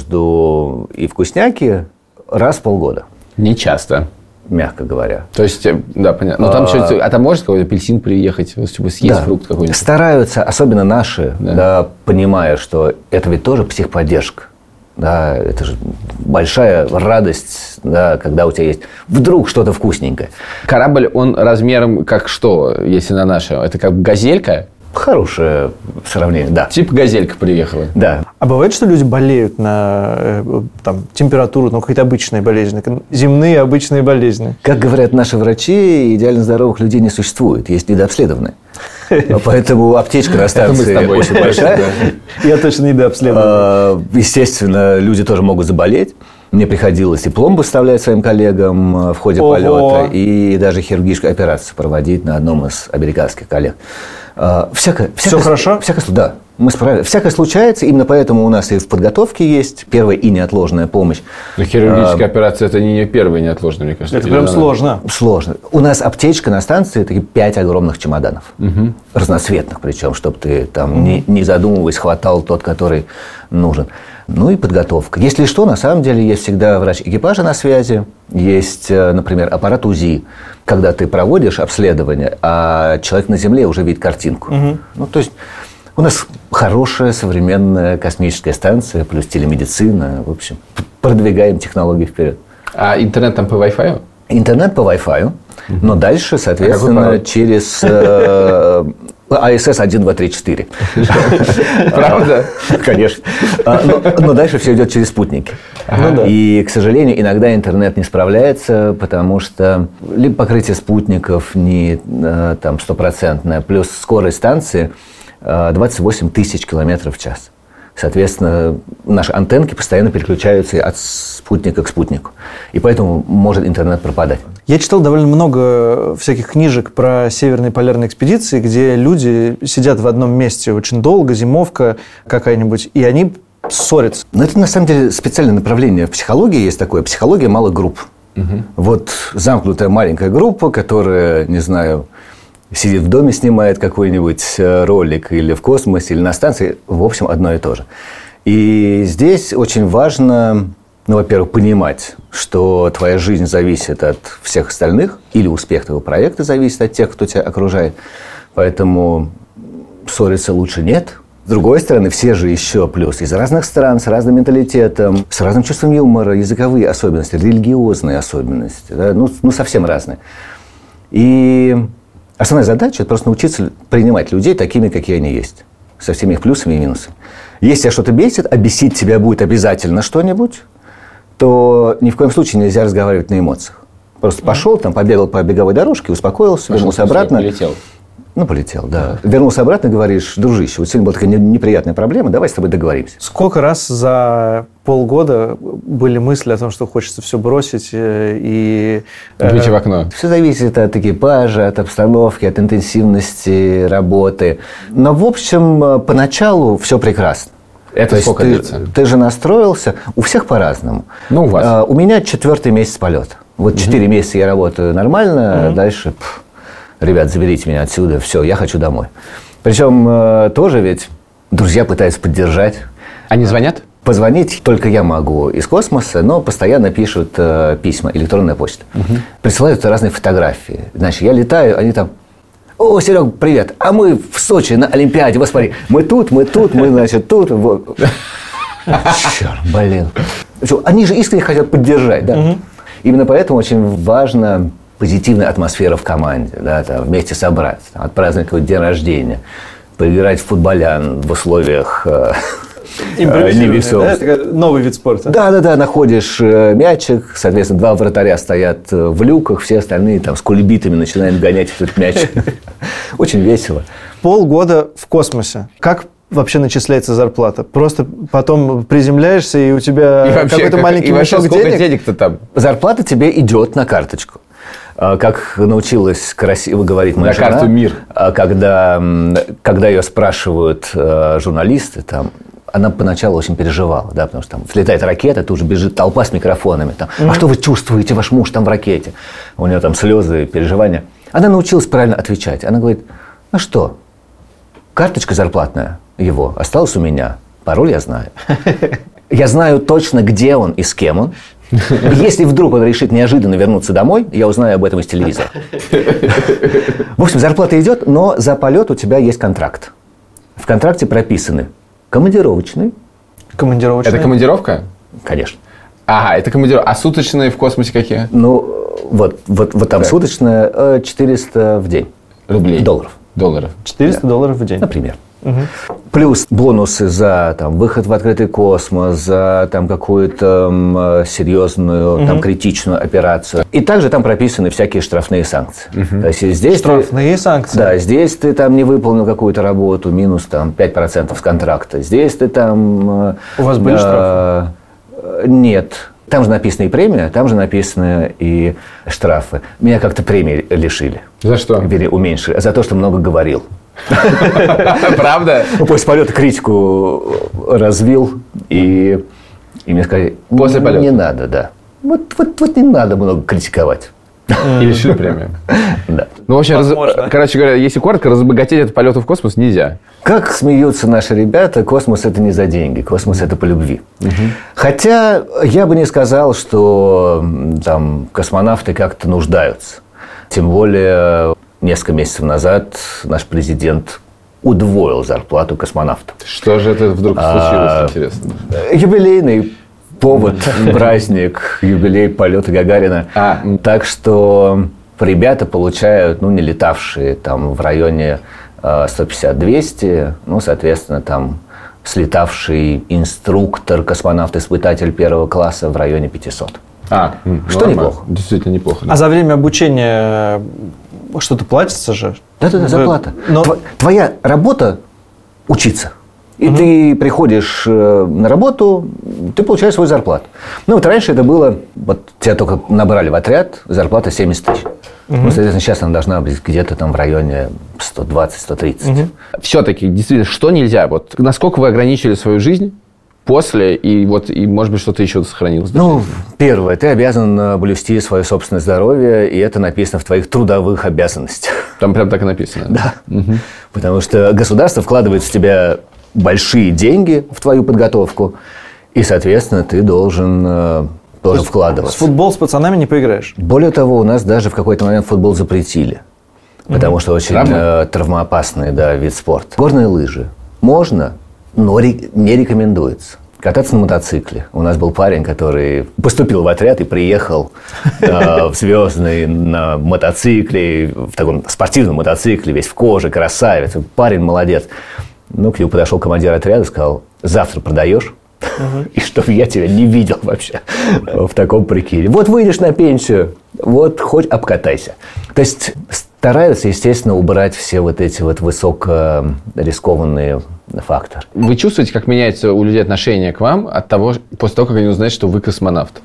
одежду и вкусняки раз в полгода. Не часто. Мягко говоря. То есть, да, понятно. Но там а, что-то, а там может какой-то апельсин приехать, чтобы съесть да. фрукт какой-нибудь? Стараются, особенно наши, да. Да, понимая, что это ведь тоже психподдержка. Да, это же большая радость, да, когда у тебя есть вдруг что-то вкусненькое. Корабль, он размером как что, если на наше? Это как газелька? Хорошее сравнение, да. Типа газелька приехала. Да. А бывает, что люди болеют на там, температуру, ну, какие-то обычные болезни, земные обычные болезни? Как говорят наши врачи, идеально здоровых людей не существует, есть недообследованные. Поэтому аптечка на станции очень большая. Я точно недообследован. Естественно, люди тоже могут заболеть. Мне приходилось и пломбу вставлять своим коллегам в ходе полета, и даже хирургическую операцию проводить на одном из американских коллег. Всякое, Все хорошо? Всякое, да, мы справились. Всякое случается, именно поэтому у нас и в подготовке есть первая и неотложная помощь. Но хирургическая а, операция – это не первая неотложная, мне кажется. Это прям сложно. Сложно. У нас аптечка на станции – это пять огромных чемоданов. Угу. Разноцветных причем, чтобы ты там, угу. не, не задумываясь, хватал тот, который нужен. Ну и подготовка. Если что, на самом деле есть всегда врач экипажа на связи, есть, например, аппарат УЗИ, когда ты проводишь обследование, а человек на Земле уже видит картинку. Угу. Ну, то есть у нас хорошая современная космическая станция, плюс телемедицина. В общем, продвигаем технологии вперед. А интернет там по Wi-Fi? Интернет по Wi-Fi, но дальше, соответственно, а через э, эй эс эс один, два, три, четыре. Правда? Конечно. Но, но дальше все идет через спутники. Ага. И, к сожалению, иногда интернет не справляется, потому что либо покрытие спутников не там, стопроцентное, плюс скорость станции двадцать восемь тысяч километров в час. Соответственно, наши антенки постоянно переключаются от спутника к спутнику. И поэтому может интернет пропадать. Я читал довольно много всяких книжек про северные полярные экспедиции, где люди сидят в одном месте очень долго, зимовка какая-нибудь, и они ссорятся. Но это, на самом деле, специальное направление. В психологии есть такое. Психология малых групп. Угу. Вот замкнутая маленькая группа, которая, не знаю... сидит в доме, снимает какой-нибудь ролик или в космосе, или на станции. В общем, одно и то же. И здесь очень важно, ну, во-первых, понимать, что твоя жизнь зависит от всех остальных, или успех твоего проекта зависит от тех, кто тебя окружает. Поэтому ссориться лучше нет. С другой стороны, все же еще плюс из разных стран, с разным менталитетом, с разным чувством юмора, языковые особенности, религиозные особенности. Да? Ну, ну, совсем разные. И... основная задача – это просто научиться принимать людей такими, какие они есть. Со всеми их плюсами и минусами. Если тебя что-то бесит, а бесить тебя будет обязательно что-нибудь, то ни в коем случае нельзя разговаривать на эмоциях. Просто пошел, там, побегал по беговой дорожке, успокоился, вернулся обратно. Полетел. Ну, полетел, да. Вернулся обратно, говоришь: дружище, вот сегодня была такая неприятная проблема, давай с тобой договоримся. Сколько раз за полгода были мысли о том, что хочется все бросить и... Выйти в окно. Все зависит от экипажа, от обстановки, от интенсивности работы. Но, в общем, поначалу все прекрасно. Это сколько ты, длится? Ты же настроился. У всех по-разному. Ну, у вас. А, у меня четвертый месяц полета. Вот четыре угу. месяца я работаю нормально, угу. дальше... Пфф, ребят, заберите меня отсюда, все, я хочу домой. Причем э, тоже ведь друзья пытаются поддержать. Они звонят? Позвонить только я могу из космоса, но постоянно пишут э, письма, электронная почта. Угу. Присылают разные фотографии. Значит, я летаю, они там: о, Серег, привет, а мы в Сочи на Олимпиаде, вот смотри, мы тут, мы тут, мы, значит, тут. Вот. Черт, блин. Они же искренне хотят поддержать, да. Угу. Именно поэтому очень важно... позитивная атмосфера в команде, да, там, вместе собраться, там, отпраздновать какой-то день рождения, поиграть в футболян в условиях э, невесомости. Да? Это новый вид спорта. Да-да-да, находишь э, мячик, соответственно, два вратаря стоят в люках, все остальные там с кульбитами начинают гонять этот мяч. Очень весело. Полгода в космосе. Как вообще начисляется зарплата? Просто потом приземляешься, и у тебя какой-то маленький мешок денег? Сколько денег-то там? Зарплата тебе идет на карточку. Как научилась красиво говорить моя жена, на карту мир. Когда, когда ее спрашивают журналисты, там, она поначалу очень переживала, да, потому что там взлетает ракета, тут уже бежит толпа с микрофонами. Там, а mm-hmm. что вы чувствуете, ваш муж там в ракете? У нее там слезы, переживания. Она научилась правильно отвечать. Она говорит: ну что, карточка зарплатная его осталась у меня, пароль я знаю. Я знаю точно, где он и с кем он. Если вдруг он решит неожиданно вернуться домой, я узнаю об этом из телевизора. В общем, зарплата идет, но за полет у тебя есть контракт. В контракте прописаны командировочные, Командировочные. Это командировка? Конечно. Ага, это командировка. А суточные в космосе какие? Ну, вот, вот, вот там так. суточная четыреста в день. Рублей? Долларов. Долларов. четыреста да. долларов в день. Например. Угу. Плюс бонусы за там, выход в открытый космос, за там, какую-то серьезную, угу. там, критичную операцию. И также там прописаны всякие штрафные санкции. Угу. То есть здесь штрафные ты, санкции? Да, здесь ты там не выполнил какую-то работу, минус там, пять процентов с контракта. Здесь ты там... У вас были э, штрафы? Нет. Там же написана и премия, там же написаны и штрафы. Меня как-то премии лишили. За что? Или уменьшили. За то, что много говорил. Правда? После полета критику развил, и, и мне сказали, После полета? Не надо, да. Вот, вот, вот не надо много критиковать. И лишили премию. Да. Ну, в общем, раз... короче говоря, если коротко, разбогатеть от полета в космос нельзя. Как смеются наши ребята, космос – это не за деньги, космос – это по любви. Угу. Хотя я бы не сказал, что там космонавты как-то нуждаются. Тем более, несколько месяцев назад наш президент удвоил зарплату космонавтов. Что же это вдруг случилось, а, интересно? Юбилейный повод, праздник, юбилей полета Гагарина. А. Так что ребята получают, ну, не летавшие там в районе сто пятьдесят - двести, ну, соответственно, там слетавший инструктор, космонавт-испытатель первого класса в районе пятьсот. А, что нормально. Неплохо. Действительно неплохо. Да. А за время обучения что-то платится же? Да-да-да, зарплата. Но... Твоя работа – учиться. И угу. ты приходишь на работу, ты получаешь свою зарплату. Ну, вот раньше это было, вот тебя только набрали в отряд, зарплата семьдесят тысяч. Угу. Ну, соответственно, сейчас она должна быть где-то там в районе сто двадцать - сто тридцать. Угу. Все-таки, действительно, что нельзя? Вот насколько вы ограничили свою жизнь после, и вот, и, может быть, что-то еще сохранилось? Ну, первое, ты обязан блюсти свое собственное здоровье, и это написано в твоих трудовых обязанностях. Там прям так и написано? Да. Угу. Потому что государство вкладывает в тебя большие деньги в твою подготовку, и, соответственно, ты должен, должен вкладываться. В футбол с пацанами не поиграешь? Более того, у нас даже в какой-то момент футбол запретили, потому mm-hmm. что очень Правда? травмоопасный, да, вид спорта. Горные лыжи можно, но не рекомендуется. Кататься на мотоцикле. У нас был парень, который поступил в отряд и приехал э, в Звездный на мотоцикле, в таком спортивном мотоцикле, весь в коже, красавец. Парень молодец. Ну, к нему подошел командир отряда и сказал: завтра продаешь? Uh-huh. И чтобы я тебя не видел вообще в таком прикиде. Вот выйдешь на пенсию, вот хоть обкатайся. То есть стараются, естественно, убрать все вот эти вот высокорискованные факторы. Вы чувствуете, как меняется у людей отношение к вам от того, после того, как они узнают, что вы космонавт?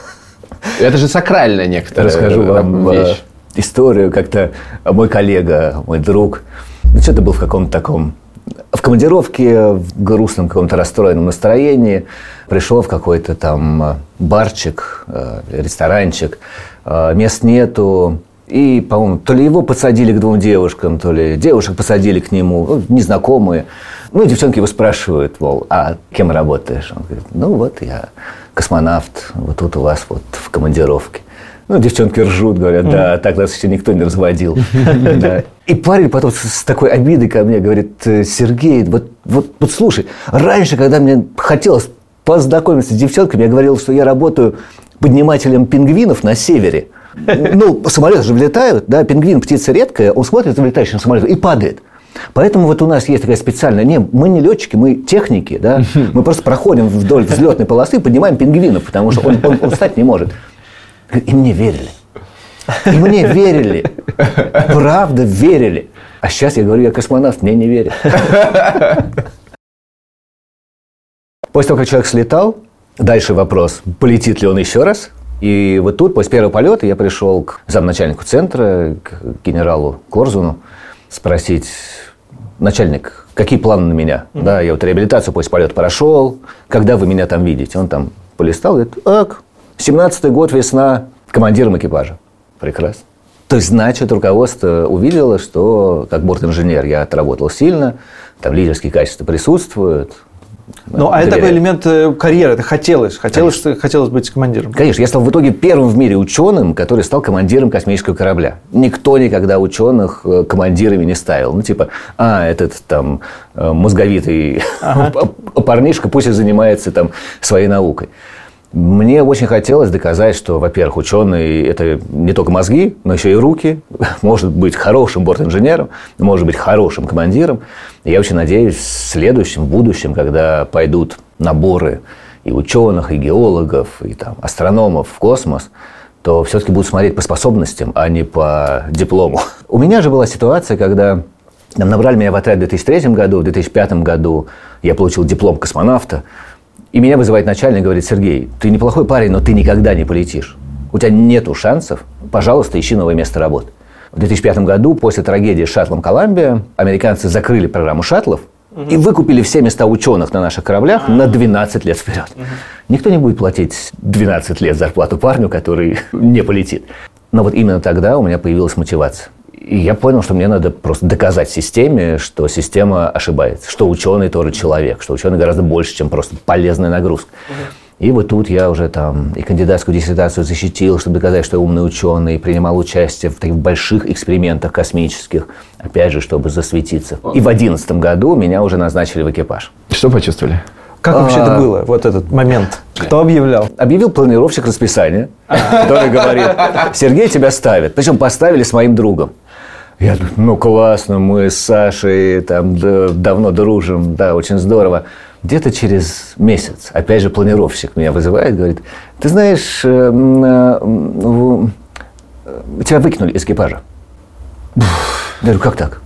Это же сакральная некоторая Расскажу вам вещь. Историю. Как-то мой коллега, мой друг, ну, что-то был в каком-то таком... В командировке, в грустном каком-то расстроенном настроении, пришел в какой-то там барчик, ресторанчик, мест нету. И, по-моему, то ли его подсадили к двум девушкам, то ли девушек посадили к нему, незнакомые. Ну, и девчонки его спрашивают, мол, а кем работаешь? Он говорит: ну, вот я космонавт, вот тут у вас вот в командировке. Ну, девчонки ржут, говорят: да, так нас еще никто не разводил. И парень потом с такой обидой ко мне говорит: Сергей, вот, вот, вот слушай, раньше, когда мне хотелось познакомиться с девчонками, я говорил, что я работаю поднимателем пингвинов на севере. Ну, самолеты же влетают, да, пингвин птица редкая, он смотрит на летающий самолет и падает. Поэтому вот у нас есть такая специальная... Не, мы не летчики, мы техники, да. Мы просто проходим вдоль взлетной полосы и поднимаем пингвинов, потому что он, он, он встать не может. И мне верили. И мне верили. Правда верили. А сейчас я говорю, я космонавт, мне не верят. После того, как человек слетал, дальше вопрос, полетит ли он еще раз. И вот тут, после первого полета, я пришел к замначальнику центра, к генералу Корзуну, спросить: начальник, какие планы на меня? Mm-hmm. Да, я вот реабилитацию после полета прошел, когда вы меня там видите? Он там полистал и говорит: так, семнадцатый год, весна, командиром экипажа. Прекрасно. То есть, значит, руководство увидело, что как бортинженер я отработал сильно, там лидерские качества присутствуют. Ну, а это такой элемент карьеры, это хотелось, хотелось, хотелось быть командиром. Конечно, я стал в итоге первым в мире ученым, который стал командиром космического корабля. Никто никогда ученых командирами не ставил. Ну, типа, а, этот там мозговитый ага. парнишка, пусть и занимается там своей наукой. Мне очень хотелось доказать, что, во-первых, ученый – это не только мозги, но еще и руки. Может быть хорошим бортинженером, может быть хорошим командиром. И я очень надеюсь, в следующем, в будущем, когда пойдут наборы и ученых, и геологов, и там, астрономов в космос, то все-таки будут смотреть по способностям, а не по диплому. У меня же была ситуация, когда там, набрали меня в отряд в две тысячи третьем году, в две тысячи пятом году я получил диплом космонавта. И меня вызывает начальник и говорит: Сергей, ты неплохой парень, но ты никогда не полетишь. У тебя нету шансов, пожалуйста, ищи новое место работы. В две тысячи пятом году, после трагедии с шаттлом «Колумбия», американцы закрыли программу шаттлов угу. и выкупили все места ученых на наших кораблях А-а-а. на двенадцать лет вперед. Угу. Никто не будет платить двенадцать лет зарплату парню, который не полетит. Но вот именно тогда у меня появилась мотивация. И я понял, что мне надо просто доказать системе, что система ошибается, что ученый тоже человек, что ученый гораздо больше, чем просто полезная нагрузка. Uh-huh. И вот тут я уже там и кандидатскую диссертацию защитил, чтобы доказать, что я умный ученый, принимал участие в таких больших экспериментах космических, опять же, чтобы засветиться. И в две тысячи одиннадцатом году меня уже назначили в экипаж. Что почувствовали? Как вообще это было, вот этот момент? Кто объявлял? Объявил планировщик расписания, который говорит: Сергей, тебя ставят. Причем поставили с моим другом. Я думаю, ну классно, мы с Сашей там да, давно дружим, да, очень здорово. Где-то через месяц, опять же, планировщик меня вызывает, говорит: ты знаешь, э, э, э, тебя выкинули из экипажа. Я говорю: как так?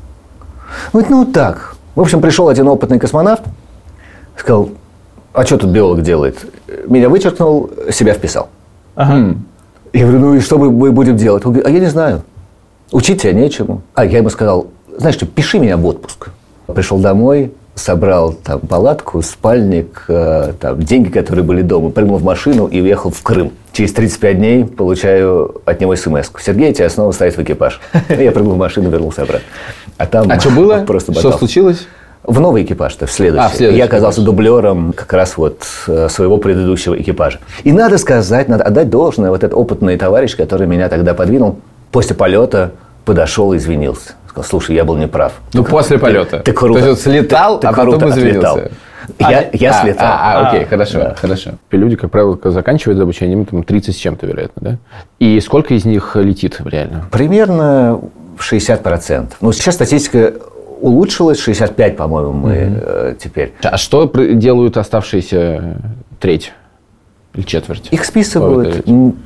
Он говорит: ну так. В общем, пришел один опытный космонавт, сказал: а что тут биолог делает? Меня вычеркнул, себя вписал. Ага. Я говорю: ну и что мы будем делать? Он говорит: а я не знаю. Учить тебя нечему. А я ему сказал: знаешь что, пиши меня в отпуск. Пришел домой, собрал там палатку, спальник, э, там, деньги, которые были дома, прыгнул в машину и уехал в Крым. Через тридцать пять дней получаю от него смс-ку: Сергей, тебя снова ставят в экипаж. Я прыгнул в машину, вернулся обратно. А там а что было? Просто что случилось? В новый экипаж-то, в следующий. А, в следующий я оказался экипаж. Дублером как раз вот своего предыдущего экипажа. И надо сказать, надо отдать должное, вот этот опытный товарищ, который меня тогда подвинул, после полета подошел и извинился. Сказал: слушай, я был неправ. Ну, ты, после ты, полета. Ты, ты круто. То есть, он слетал, ты, ты а потом извинился. Я, а, я а, слетал. А, а, окей, а, хорошо, да. хорошо. Люди, как правило, заканчивают обучение, там тридцать с чем-то, вероятно, да? И сколько из них летит реально? Примерно шестьдесят процентов. Ну, сейчас статистика улучшилась, шестьдесят пять, по-моему, мы mm-hmm. э, теперь. А что делают оставшиеся треть? Или четверть? Их списывают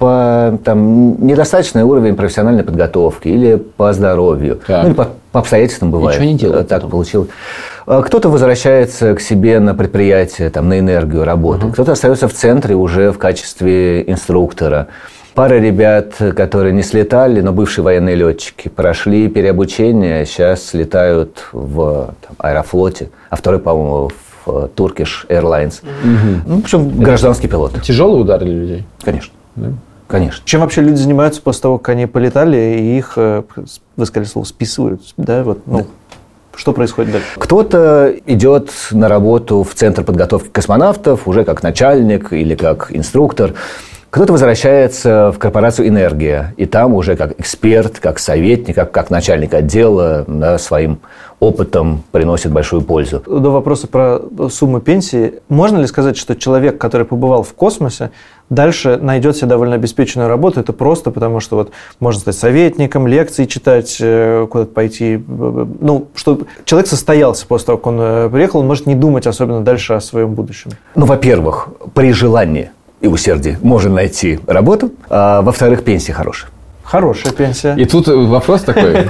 по там, недостаточный уровень профессиональной подготовки или по здоровью. Так. Ну, или по, по обстоятельствам бывает. Ничего не делают. Так получилось. Кто-то возвращается к себе на предприятие, там, на энергию работы. Uh-huh. Кто-то остается в центре уже в качестве инструктора. Пара ребят, которые не слетали, но бывшие военные летчики, прошли переобучение, сейчас летают в там, Аэрофлоте, а второй, по-моему, в Turkish Airlines. Угу. Ну, причем гражданский пилот. Тяжелый удар для людей? Конечно. Да? Конечно. Чем вообще люди занимаются после того, как они полетали, и их, вы сказали слово, списывают? Да? Вот, ну, да. Что происходит дальше? Кто-то идет на работу в Центр подготовки космонавтов уже как начальник или как инструктор. Кто-то возвращается в корпорацию «Энергия», и там уже как эксперт, как советник, как, как начальник отдела, да, своим опытом приносит большую пользу. До вопроса про сумму пенсии. Можно ли сказать, что человек, который побывал в космосе, дальше найдет себе довольно обеспеченную работу? Это просто потому, что вот можно стать советником, лекции читать, куда-то пойти. Ну, что человек состоялся после того, как он приехал, он может не думать особенно дальше о своем будущем. Ну, во-первых, при желании и усердии можно найти работу, а во-вторых, пенсия хорошая. Хорошая пенсия. И тут вопрос такой.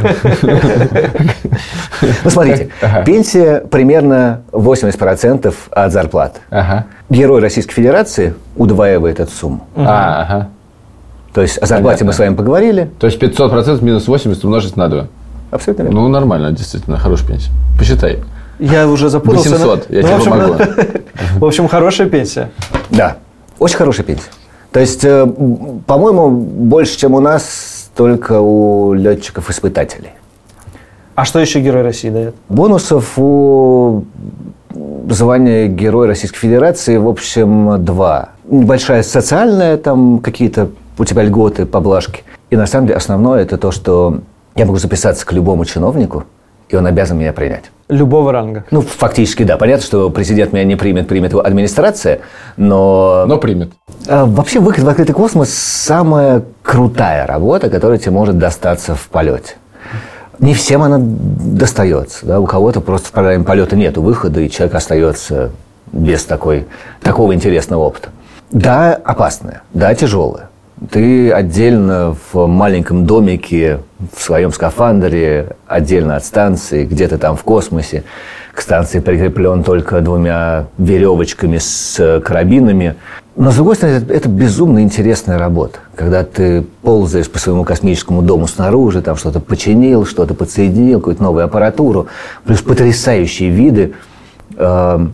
Ну, смотрите, пенсия примерно восемьдесят процентов от зарплаты. Герой Российской Федерации удваивает эту сумму. Ага. То есть о зарплате мы с вами поговорили. То есть пятьсот процентов минус восемьдесят умножить на два. Абсолютно верно. Ну, нормально, действительно, хорошая пенсия. Посчитай. Я уже запутался. восемьсот, я тебе помогу. В общем, хорошая пенсия. Да. Очень хорошая пенсия. То есть, по-моему, больше, чем у нас, только у летчиков-испытателей. А что еще Герой России дает? Бонусов у звание Героя Российской Федерации, в общем, два. Небольшая социальная, там какие-то у тебя льготы, поблажки. И на самом деле основное это то, что я могу записаться к любому чиновнику, и он обязан меня принять. Любого ранга? Ну, фактически, да. Понятно, что президент меня не примет, примет его администрация, но... Но примет. А, вообще, выход в открытый космос – самая крутая работа, которая тебе может достаться в полете. Не всем она достается. Да? У кого-то просто в программе полета нет выхода, и человек остается без такой, такого интересного опыта. Да, опасная, да, тяжелая. Ты отдельно в маленьком домике, в своем скафандре, отдельно от станции, где-то там в космосе. К станции прикреплен только двумя веревочками с карабинами. Но, с другой стороны, это, это безумно интересная работа. Когда ты ползаешь по своему космическому дому снаружи, там что-то починил, что-то подсоединил, какую-то новую аппаратуру. Плюс потрясающие виды. Э,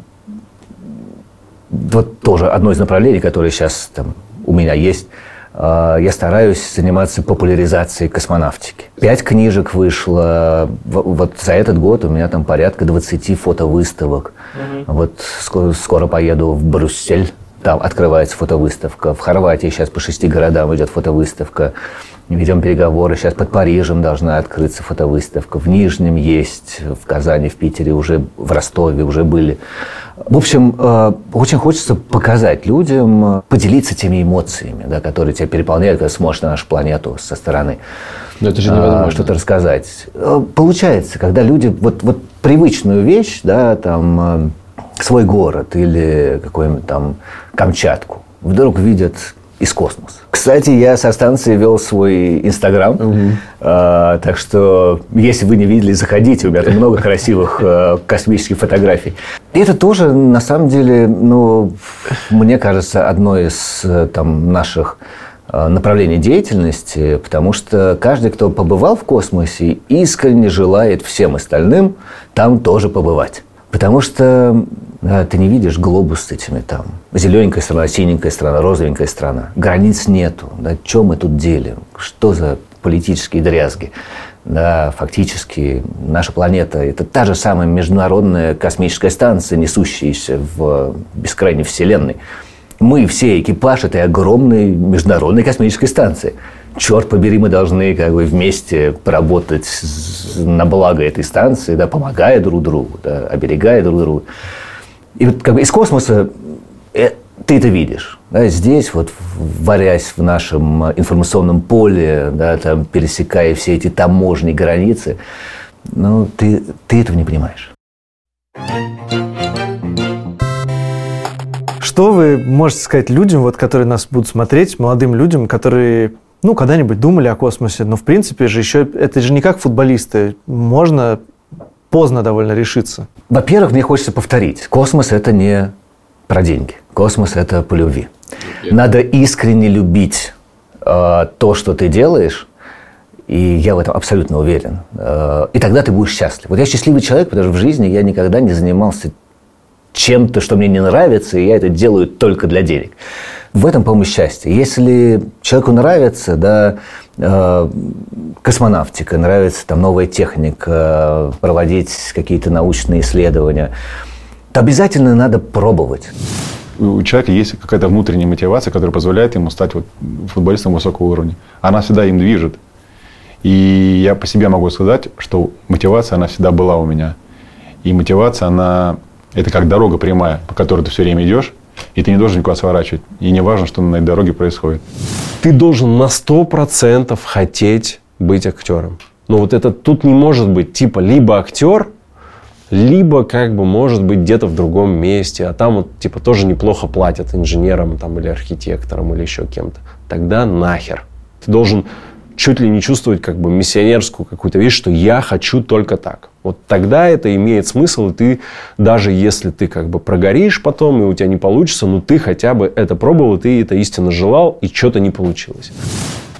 вот тоже одно из направлений, которое сейчас там, у меня есть. Я стараюсь заниматься популяризацией космонавтики. Пять книжек вышло. Вот за этот год у меня там порядка двадцати фотовыставок. Mm-hmm. Вот скоро, скоро поеду в Брюссель. Там открывается фотовыставка. В Хорватии сейчас по шести городам идет фотовыставка. Ведем переговоры. Сейчас под Парижем должна открыться фотовыставка. В Нижнем есть, в Казани, в Питере, уже в Ростове уже были. В общем, очень хочется показать людям, поделиться теми эмоциями, да, которые тебя переполняют, когда смотришь на нашу планету со стороны. Но это же невозможно. Что-то рассказать. Получается, когда люди вот, вот привычную вещь, да, там, свой город или какую-нибудь там Камчатку, вдруг видят из космоса. Кстати, я со станции вел свой Инстаграм, угу. а, так что, если вы не видели, заходите, у меня там много красивых а, космических фотографий. И это тоже, на самом деле, ну, мне кажется, одно из там, наших а, направлений деятельности, потому что каждый, кто побывал в космосе, искренне желает всем остальным там тоже побывать. Потому что да, ты не видишь глобус с этими там. Зелененькая страна, синенькая страна, розовенькая страна. Границ нету. Да, что мы тут делим? Что за политические дрязги? Да, фактически наша планета – это та же самая международная космическая станция, несущаяся в бескрайней вселенной. Мы все экипаж этой огромной международной космической станции. Черт побери, мы должны как бы вместе поработать на благо этой станции, да, помогая друг другу, да, оберегая друг друга. И вот как бы из космоса э, ты это видишь. Да, здесь, вот, варясь в нашем информационном поле, да, там, пересекая все эти таможни, границы, ну, ты, ты этого не понимаешь. Что вы можете сказать людям, вот, которые нас будут смотреть, молодым людям, которые... Ну, когда-нибудь думали о космосе, но, в принципе, же еще это же не как футболисты. Можно поздно довольно решиться. Во-первых, мне хочется повторить. Космос – это не про деньги. Космос – это по любви. Yeah. Надо искренне любить э, то, что ты делаешь, и я в этом абсолютно уверен. Э, и тогда ты будешь счастлив. Вот я счастливый человек, потому что в жизни я никогда не занимался чем-то, что мне не нравится, и я это делаю только для денег. В этом, по-моему, счастье. Если человеку нравится, да, э, космонавтика, нравится там, новая техника, проводить какие-то научные исследования, то обязательно надо пробовать. У человека есть какая-то внутренняя мотивация, которая позволяет ему стать вот футболистом высокого уровня. Она всегда им движет. И я по себе могу сказать, что мотивация, она всегда была у меня. И мотивация, она... Это как дорога прямая, по которой ты все время идешь, и ты не должен никуда сворачивать. И не важно, что на этой дороге происходит. Ты должен на сто процентов хотеть быть актером. Но вот это тут не может быть типа либо актер, либо как бы может быть где-то в другом месте. А там вот типа тоже неплохо платят инженерам там, или архитекторам или еще кем-то. Тогда нахер. Ты должен чуть ли не чувствовать как бы миссионерскую какую-то вещь, что я хочу только так. Вот тогда это имеет смысл, и ты, даже если ты как бы прогоришь потом, и у тебя не получится, ну ты хотя бы это пробовал, и ты это истинно желал, и что-то не получилось.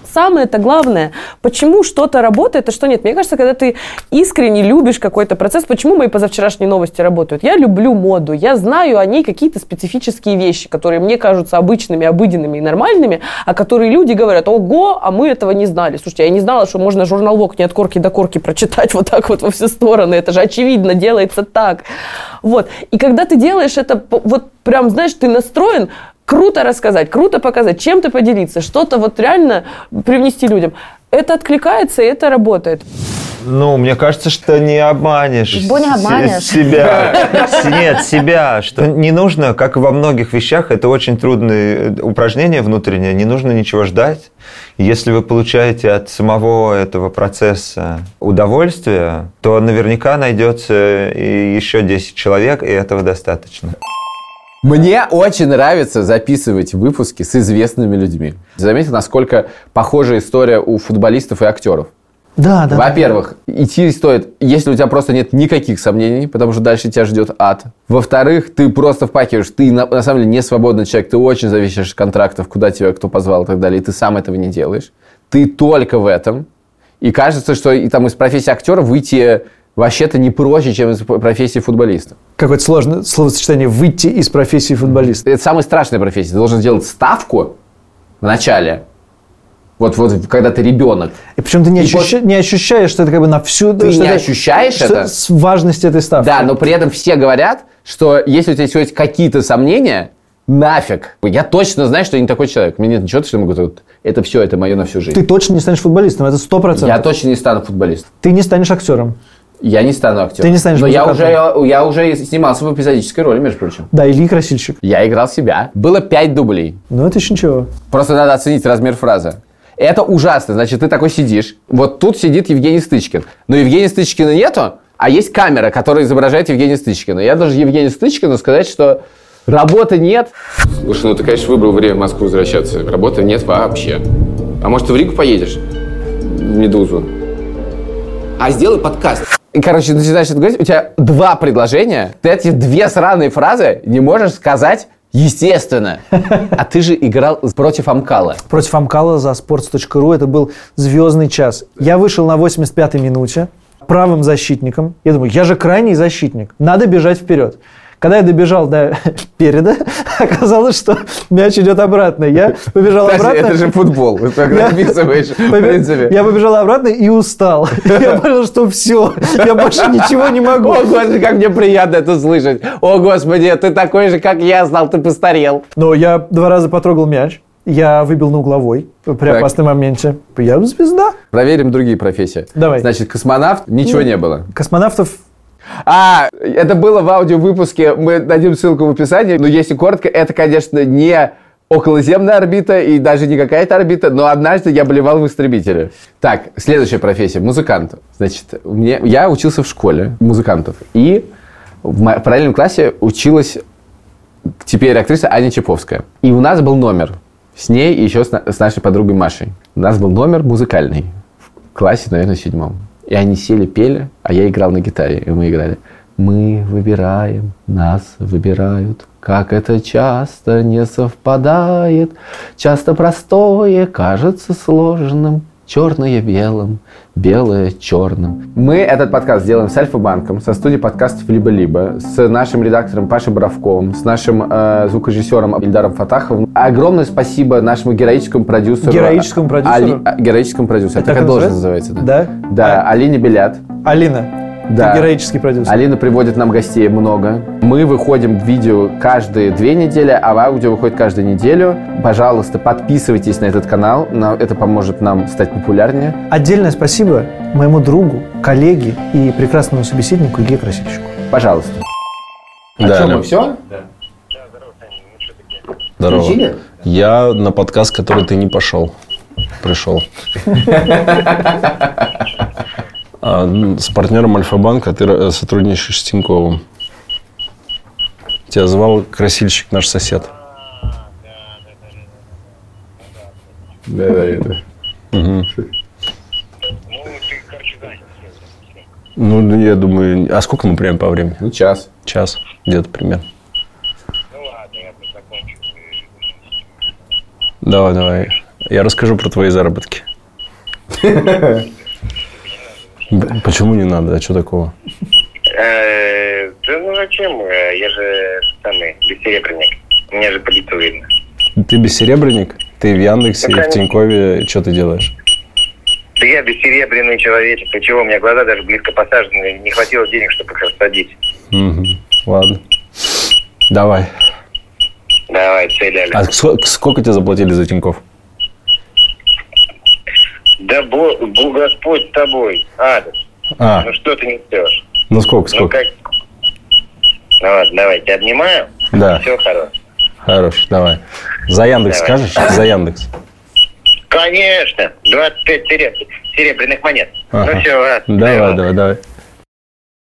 самое-то главное, почему что-то работает, а что нет. Мне кажется, когда ты искренне любишь какой-то процесс, почему мои позавчерашние новости работают? Я люблю моду, я знаю о ней какие-то специфические вещи, которые мне кажутся обычными, обыденными и нормальными, а которые люди говорят: ого, а мы этого не знали. Слушайте, я не знала, что можно журнал Vogue не от корки до корки прочитать вот так вот во все стороны. Это же очевидно, делается так. Вот. И когда ты делаешь это, вот прям, знаешь, ты настроен круто рассказать, круто показать, чем-то поделиться, что-то вот реально привнести людям. Это откликается, и это работает. Ну, мне кажется, что не обманешь. Не обманешь. Себя. Нет, себя. Что не нужно, как и во многих вещах, это очень трудное упражнение внутреннее, не нужно ничего ждать. Если вы получаете от самого этого процесса удовольствие, то наверняка найдется и еще десять человек, и этого достаточно. Мне очень нравится записывать выпуски с известными людьми. Заметьте, насколько похожая история у футболистов и актеров. Да, да. Во-первых, идти стоит, если у тебя просто нет никаких сомнений, потому что дальше тебя ждет ад. Во-вторых, ты просто впахиваешь, ты на, на самом деле не свободный человек, ты очень зависишь от контрактов, куда тебя кто позвал и так далее, и ты сам этого не делаешь. Ты только в этом. И кажется, что и, там, из профессии актера выйти вообще-то не проще, чем из профессии футболиста. Какое-то сложное словосочетание «выйти из профессии футболиста». Это самая страшная профессия. Ты должен сделать ставку в начале. Вот, вот когда ты ребенок. И причем ты не, ощуща... после... не ощущаешь, что это как бы на всю... Ты что не это... ощущаешь что... это? С важность этой ставки. Да, но при этом все говорят, что если у тебя есть какие-то сомнения, нафиг. Я точно знаю, что я не такой человек. У меня нет ничего, что я могу сказать, это все, это мое на всю жизнь. Ты точно не станешь футболистом, это сто процентов. Я точно не стану футболистом. Ты не станешь актером. Я не стану актером. Ты не станешь Но я музыкантом. уже, я уже снимался в эпизодической роли, между прочим. Да, или красильщик. Я играл себя. Было пять дублей. Ну, это еще ничего. Просто надо оценить размер фразы. Это ужасно. Значит, ты такой сидишь. Вот тут сидит Евгений Стычкин. Но Евгения Стычкина нету, а есть камера, которая изображает Евгения Стычкина. Я должен Евгению Стычкину сказать, что работы нет. Слушай, ну ты, конечно, выбрал время в Москву возвращаться. Работы нет вообще. А может, ты в Ригу поедешь? В «Медузу». А сделай подкаст. И, короче, начинаешь это говорить, у тебя два предложения, ты эти две сраные фразы не можешь сказать естественно. А ты же играл против Амкала. Против Амкала за спортс точка ру. Это был звездный час. Я вышел на восемьдесят пятой минуте правым защитником. Я думаю, я же крайний защитник. Надо бежать вперед. Когда я добежал до переда, оказалось, что мяч идет обратно. Я побежал Кстати, обратно. это же футбол. Ты когда описываешь, в принципе. Я побежал обратно и устал. Я понял, что все. Я больше ничего не могу. О, Господи, как мне приятно это слышать. О, Господи, ты такой же, как я, знал, ты постарел. Но я два раза потрогал мяч. Я выбил на угловой при так. опасном моменте. Я звезда. Проверим другие профессии. Давай. Значит, космонавт, ничего ну, не было. Космонавтов... А, это было в аудиовыпуске, мы дадим ссылку в описании, но если коротко, это, конечно, не околоземная орбита и даже не какая-то орбита, но однажды я болевал в истребителе. Так, следующая профессия, музыкант. Значит, мне, я учился в школе музыкантов, и в параллельном классе училась теперь актриса Аня Чаповская. И у нас был номер с ней и еще с, с нашей подругой Машей. У нас был номер музыкальный в классе, наверное, седьмом. И они сели, пели, а я играл на гитаре, и мы играли. Мы выбираем, нас выбирают, как это часто не совпадает. Часто простое кажется сложным, черное белым, белое черным. Мы этот подкаст делаем с Альфа-банком, со студией подкастов «Либо-либо», с нашим редактором Пашей Боровковым, с нашим э, звукорежиссером Ильдаром Фатаховым. Огромное спасибо нашему героическому продюсеру. Героическому продюсеру? Али, героическому продюсеру. Это такая должность называется. Да? Да? Да, а... Алине Белят. Алина. Да. Героический продюсер. Алина приводит нам гостей много. Мы выходим в видео каждые две недели, а в аудио выходит каждую неделю. Пожалуйста, подписывайтесь на этот канал. Это поможет нам стать популярнее. Отдельное спасибо моему другу, коллеге и прекрасному собеседнику Илье Красильщику. Пожалуйста. А да, что, Лев. мы все? Да. Здорово. Включили? Я на подкаст, который ты не пошел, пришел. С партнером Альфа-банка ты сотрудничаешь с Тиньковым. Тебя звал красильщик, наш сосед. Да, да, это. Угу. Ну, я думаю... А сколько мы прям по времени? Ну, час. Час, где-то примерно. Ну, ладно, я закончу. Давай, давай. Я расскажу про твои заработки. Почему не надо? А что такого? Да ну зачем? Я же самый бессеребренник. У меня же по лицу видно. Ты бессеребренник? Ты в Яндексе и в Тинькове что ты делаешь? Да я бессеребренный человечек. Ты чего? У меня глаза даже близко посажены. Не хватило денег, чтобы их рассадить. Угу. Ладно. Давай. Давай, целяли. А сколько тебе заплатили за Тинькофф? Да бо, бо Господь с тобой. Адес. А. Ну что ты не несешь? Ну сколько, сколько? Ну, как... ну ладно, давай, тебя обнимаю. Да. Все, хорошо. Хорош, давай. За Яндекс давай. Скажешь? За Яндекс. Конечно. двадцать пять сереб... серебряных монет. Ага. Ну все, раз. Давай, давай, давай.